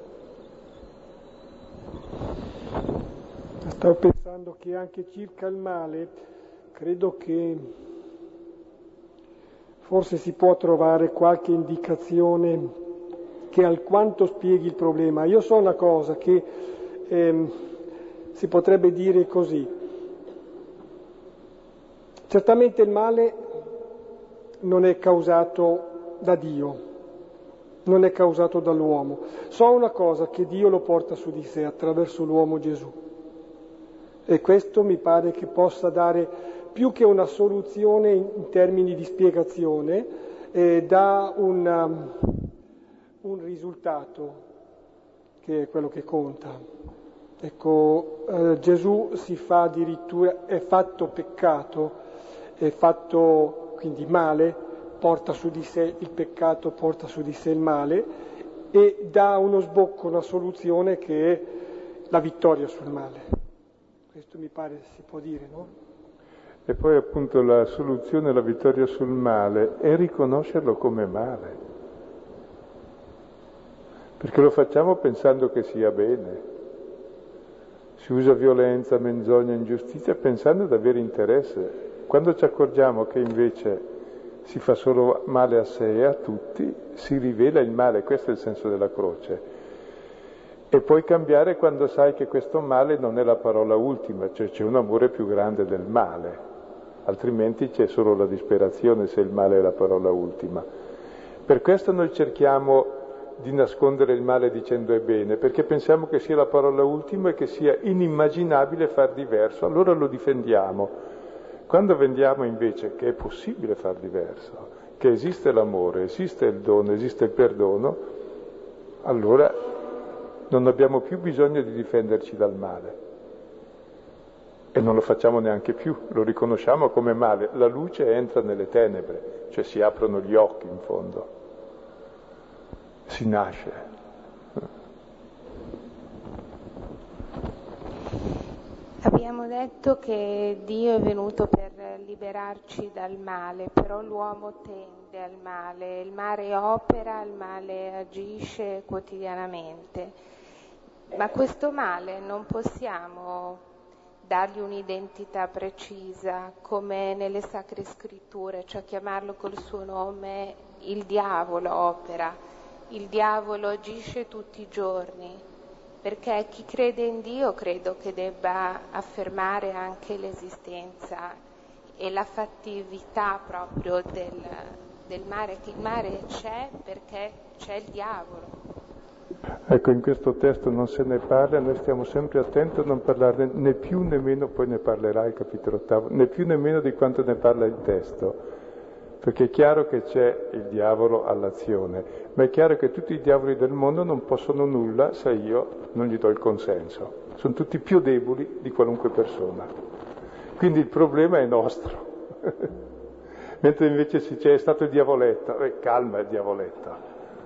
Stavo pensando che anche circa il male, credo che forse si può trovare qualche indicazione che alquanto spieghi il problema. Io so una cosa, che si potrebbe dire così: certamente il male non è causato da Dio, non è causato dall'uomo. So una cosa, che Dio lo porta su di sé attraverso l'uomo Gesù, e questo mi pare che possa dare più che una soluzione in termini di spiegazione, dà un risultato che è quello che conta. Ecco, Gesù si fa addirittura, è fatto peccato, è fatto quindi male, porta su di sé il peccato, porta su di sé il male, e dà uno sbocco, una soluzione che è la vittoria sul male. Questo mi pare si può dire, no? E poi appunto la soluzione alla vittoria sul male è riconoscerlo come male, perché lo facciamo pensando che sia bene. Si usa violenza, menzogna, ingiustizia pensando di avere interesse. Quando ci accorgiamo che invece si fa solo male a sé e a tutti, si rivela il male. Questo è il senso della croce. E puoi cambiare quando sai che questo male non è la parola ultima, cioè c'è un amore più grande del male. Altrimenti c'è solo la disperazione se il male è la parola ultima. Per questo noi cerchiamo di nascondere il male dicendo è bene, perché pensiamo che sia la parola ultima e che sia inimmaginabile far diverso, allora lo difendiamo. Quando vediamo invece che è possibile far diverso, che esiste l'amore, esiste il dono, esiste il perdono, allora non abbiamo più bisogno di difenderci dal male. E non lo facciamo neanche più, lo riconosciamo come male. La luce entra nelle tenebre, cioè si aprono gli occhi in fondo. Si nasce. Abbiamo detto che Dio è venuto per liberarci dal male, però l'uomo tende al male, il male opera, il male agisce quotidianamente. Ma questo male non possiamo dargli un'identità precisa, come nelle Sacre Scritture, cioè chiamarlo col suo nome. Il diavolo opera, il diavolo agisce tutti i giorni, perché chi crede in Dio credo che debba affermare anche l'esistenza e la fattività proprio del male, che il male c'è perché c'è il diavolo. Ecco, in questo testo non se ne parla, noi stiamo sempre attenti a non parlarne né più né meno, poi ne parlerà il capitolo 8, né più né meno di quanto ne parla il testo, perché è chiaro che c'è il diavolo all'azione, ma è chiaro che tutti i diavoli del mondo non possono nulla se io non gli do il consenso, sono tutti più deboli di qualunque persona, quindi il problema è nostro, mentre invece si dice è stato il diavoletto, calma il diavoletto,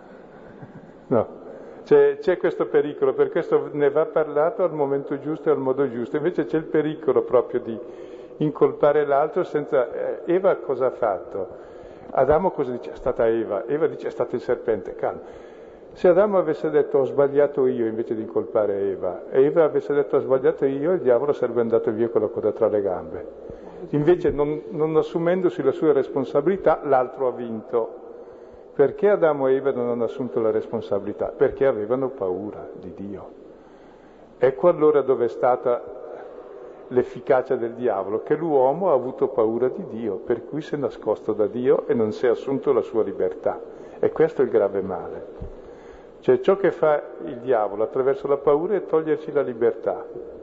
no. C'è questo pericolo, per questo ne va parlato al momento giusto e al modo giusto. Invece c'è il pericolo proprio di incolpare l'altro senza... Eva cosa ha fatto? Adamo cosa dice? È stata Eva. Eva dice è stato il serpente. Calma. Se Adamo avesse detto ho sbagliato io invece di incolpare Eva, e Eva avesse detto ho sbagliato io, il diavolo sarebbe andato via con la coda tra le gambe. Invece non assumendosi la sua responsabilità, l'altro ha vinto. Perché Adamo e Eva non hanno assunto la responsabilità? Perché avevano paura di Dio. Ecco allora dove è stata l'efficacia del diavolo, che l'uomo ha avuto paura di Dio, per cui si è nascosto da Dio e non si è assunto la sua libertà. E questo è il grave male. Cioè ciò che fa il diavolo attraverso la paura è toglierci la libertà.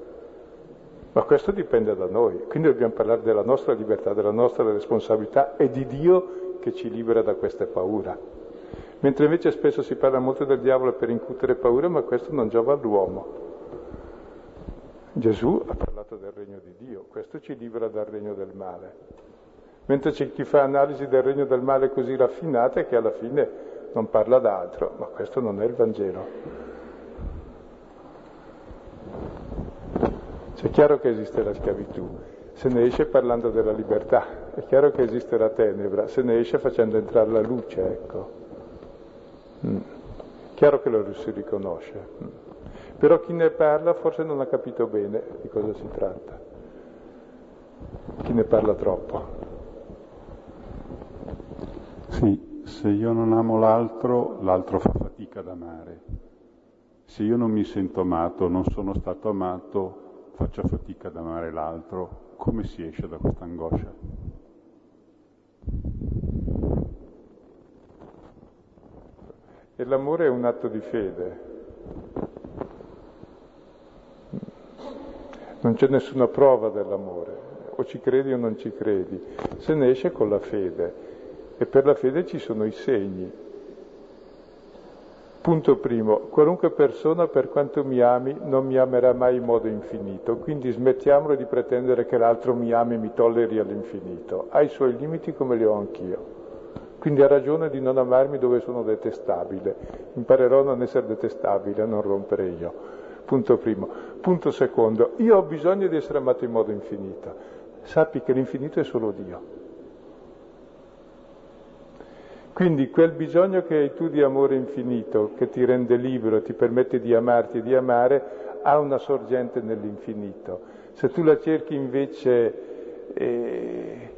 Ma questo dipende da noi, quindi dobbiamo parlare della nostra libertà, della nostra responsabilità e di Dio che ci libera da queste paura. Mentre invece spesso si parla molto del diavolo per incutere paura, ma questo non giova all'uomo. Gesù ha parlato del regno di Dio, questo ci libera dal regno del male. Mentre c'è chi fa analisi del regno del male così raffinate che alla fine non parla d'altro, ma questo non è il Vangelo. C'è chiaro che esiste la schiavitù, se ne esce parlando della libertà. È chiaro che esiste la tenebra, se ne esce facendo entrare la luce, ecco. Chiaro che lo si riconosce. Però chi ne parla forse non ha capito bene di cosa si tratta. Chi ne parla troppo. Sì, se io non amo l'altro, l'altro fa fatica ad amare. Se io non mi sento amato, non sono stato amato, faccio fatica ad amare l'altro. Come si esce da questa angoscia? E l'amore è un atto di fede. Non c'è nessuna prova dell'amore, o ci credi o non ci credi, se ne esce con la fede, e per la fede ci sono i segni. Punto primo, qualunque persona, per quanto mi ami, non mi amerà mai in modo infinito, quindi smettiamolo di pretendere che l'altro mi ami e mi tolleri all'infinito. Ha i suoi limiti come li ho anch'io. Quindi ha ragione di non amarmi dove sono detestabile. Imparerò a non essere detestabile, a non rompere io. Punto primo. Punto secondo, io ho bisogno di essere amato in modo infinito. Sappi che l'infinito è solo Dio. Quindi quel bisogno che hai tu di amore infinito, che ti rende libero, ti permette di amarti e di amare, ha una sorgente nell'infinito. Se tu la cerchi invece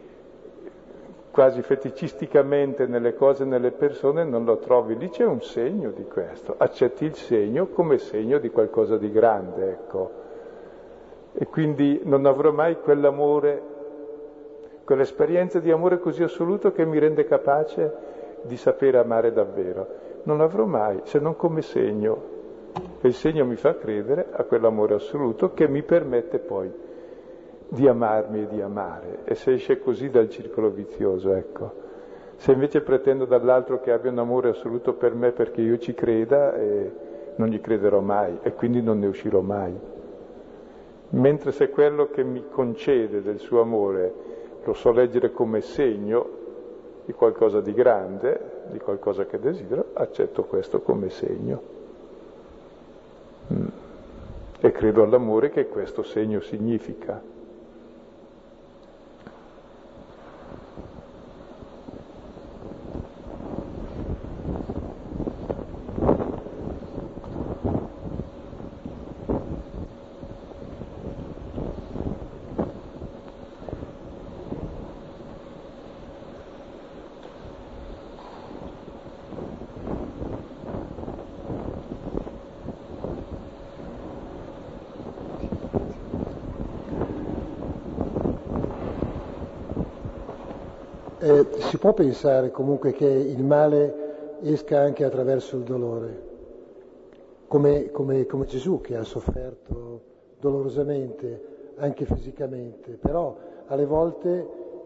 quasi feticisticamente nelle cose e nelle persone, non lo trovi. Lì c'è un segno di questo. Accetti il segno come segno di qualcosa di grande, ecco. E quindi non avrò mai quell'amore, quell'esperienza di amore così assoluto che mi rende capace di sapere amare davvero. Non l'avrò mai, se non come segno. E il segno mi fa credere a quell'amore assoluto che mi permette poi di amarmi e di amare, e se esce così dal circolo vizioso, ecco. Se invece pretendo dall'altro che abbia un amore assoluto per me perché io ci creda, non gli crederò mai e quindi non ne uscirò mai. Mentre se quello che mi concede del suo amore lo so leggere come segno di qualcosa di grande, di qualcosa che desidero, accetto questo come segno. E credo all'amore che questo segno significa. Si può pensare comunque che il male esca anche attraverso il dolore, come Gesù che ha sofferto dolorosamente, anche fisicamente, però alle volte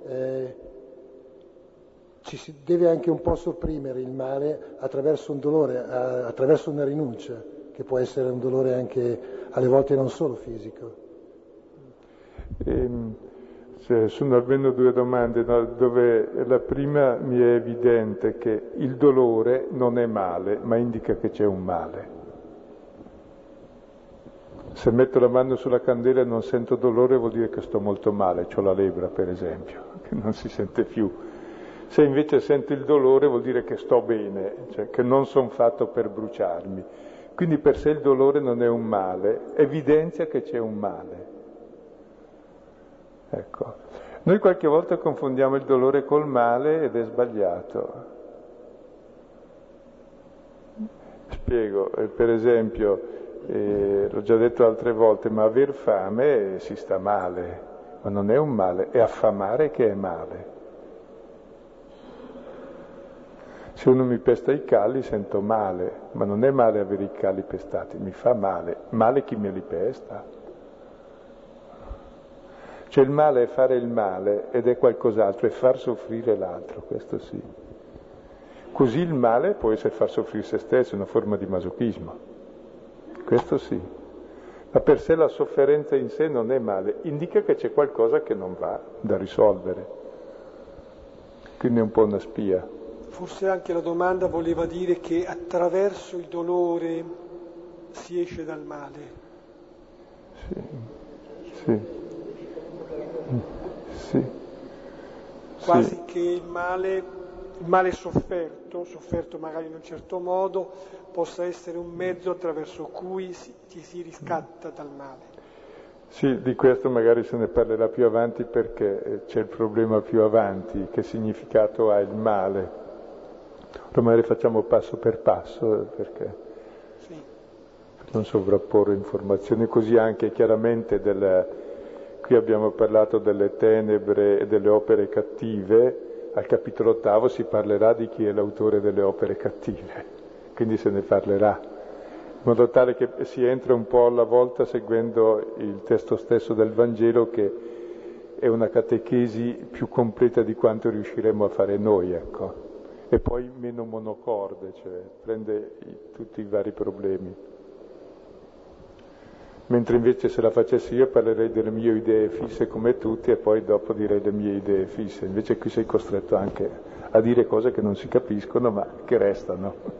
ci si deve anche un po' sopprimere il male attraverso un dolore, attraverso una rinuncia, che può essere un dolore anche alle volte non solo fisico. Sono almeno due domande, no? Dove la prima mi è evidente che il dolore non è male, ma indica che c'è un male. Se metto la mano sulla candela e non sento dolore vuol dire che sto molto male, c'ho la lebbra per esempio, che non si sente più. Se invece sento il dolore vuol dire che sto bene, cioè che non sono fatto per bruciarmi. Quindi per sé il dolore non è un male, evidenzia che c'è un male. Ecco, noi qualche volta confondiamo il dolore col male ed è sbagliato. Spiego, per esempio, l'ho già detto altre volte, ma aver fame si sta male, ma non è un male, è affamare che è male. Se uno mi pesta i calli sento male, ma non è male avere i calli pestati, mi fa male chi me li pesta. Cioè il male è fare il male ed è qualcos'altro, è far soffrire l'altro, questo sì. Così il male può essere far soffrire se stesso, una forma di masochismo, questo sì. Ma per sé la sofferenza in sé non è male, indica che c'è qualcosa che non va da risolvere. Quindi è un po' una spia. Forse anche la domanda voleva dire che attraverso il dolore si esce dal male. Sì. Sì. Quasi che il male sofferto magari in un certo modo, possa essere un mezzo attraverso cui ci si riscatta dal male. Sì, di questo magari se ne parlerà più avanti perché c'è il problema più avanti, che significato ha il male. Ora magari facciamo passo per passo perché per non sovrapporre informazioni, così anche chiaramente qui abbiamo parlato delle tenebre e delle opere cattive, al capitolo 8 si parlerà di chi è l'autore delle opere cattive, quindi se ne parlerà. In modo tale che si entra un po' alla volta seguendo il testo stesso del Vangelo, che è una catechesi più completa di quanto riusciremo a fare noi, ecco. E poi meno monocorde, cioè prende tutti i vari problemi. Mentre invece se la facessi io parlerei delle mie idee fisse come tutti e poi dopo direi le mie idee fisse. Invece qui sei costretto anche a dire cose che non si capiscono ma che restano.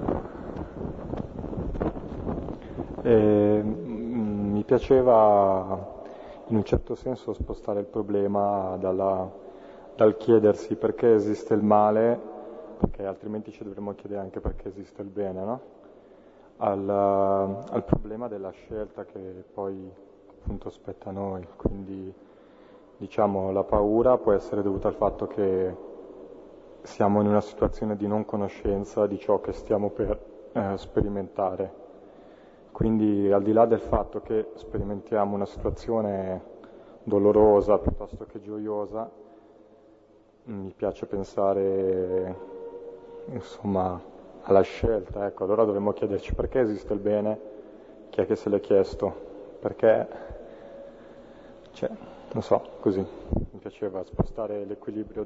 Mi piaceva in un certo senso spostare il problema dal chiedersi perché esiste il male, perché altrimenti ci dovremmo chiedere anche perché esiste il bene, no? Al problema della scelta che poi appunto spetta a noi. Quindi diciamo la paura può essere dovuta al fatto che siamo in una situazione di non conoscenza di ciò che stiamo per sperimentare. Quindi al di là del fatto che sperimentiamo una situazione dolorosa piuttosto che gioiosa, mi piace pensare insomma alla scelta, ecco, allora dovremmo chiederci perché esiste il bene, chi è che se l'è chiesto, perché, cioè, non so, così, mi piaceva spostare l'equilibrio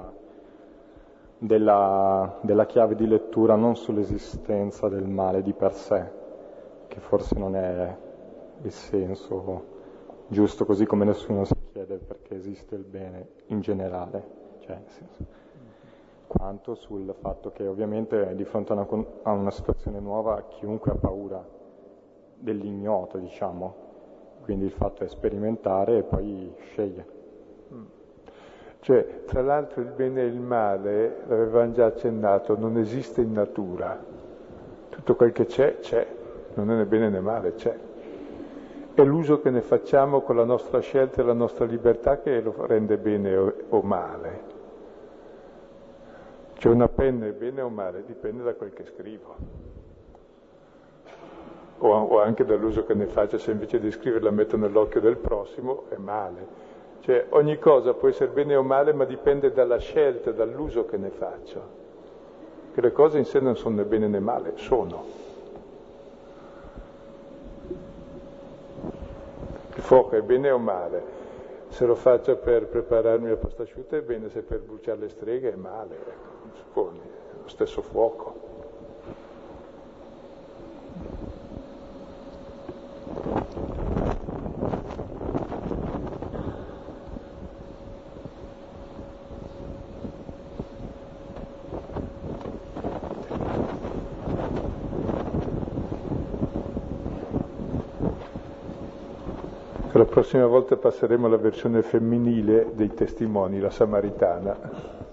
della chiave di lettura non sull'esistenza del male di per sé, che forse non è il senso giusto, così come nessuno si chiede perché esiste il bene in generale, cioè nel senso, quanto sul fatto che ovviamente di fronte a una situazione nuova chiunque ha paura dell'ignoto, diciamo, quindi il fatto è sperimentare e poi scegliere. Cioè, tra l'altro il bene e il male, l'avevamo già accennato, non esiste in natura, tutto quel che c'è. Non è né bene né male, c'è. È l'uso che ne facciamo con la nostra scelta e la nostra libertà che lo rende bene o male. Cioè una penna è bene o male, dipende da quel che scrivo. O anche dall'uso che ne faccio, se invece di scrivere la metto nell'occhio del prossimo, è male. Cioè ogni cosa può essere bene o male, ma dipende dalla scelta, dall'uso che ne faccio. Che le cose in sé non sono né bene né male, sono. Il fuoco è bene o male? Se lo faccio per prepararmi la pasta asciutta è bene, se per bruciare le streghe è male, ecco, supponi, è lo stesso fuoco. La prossima volta passeremo alla versione femminile dei testimoni, la samaritana.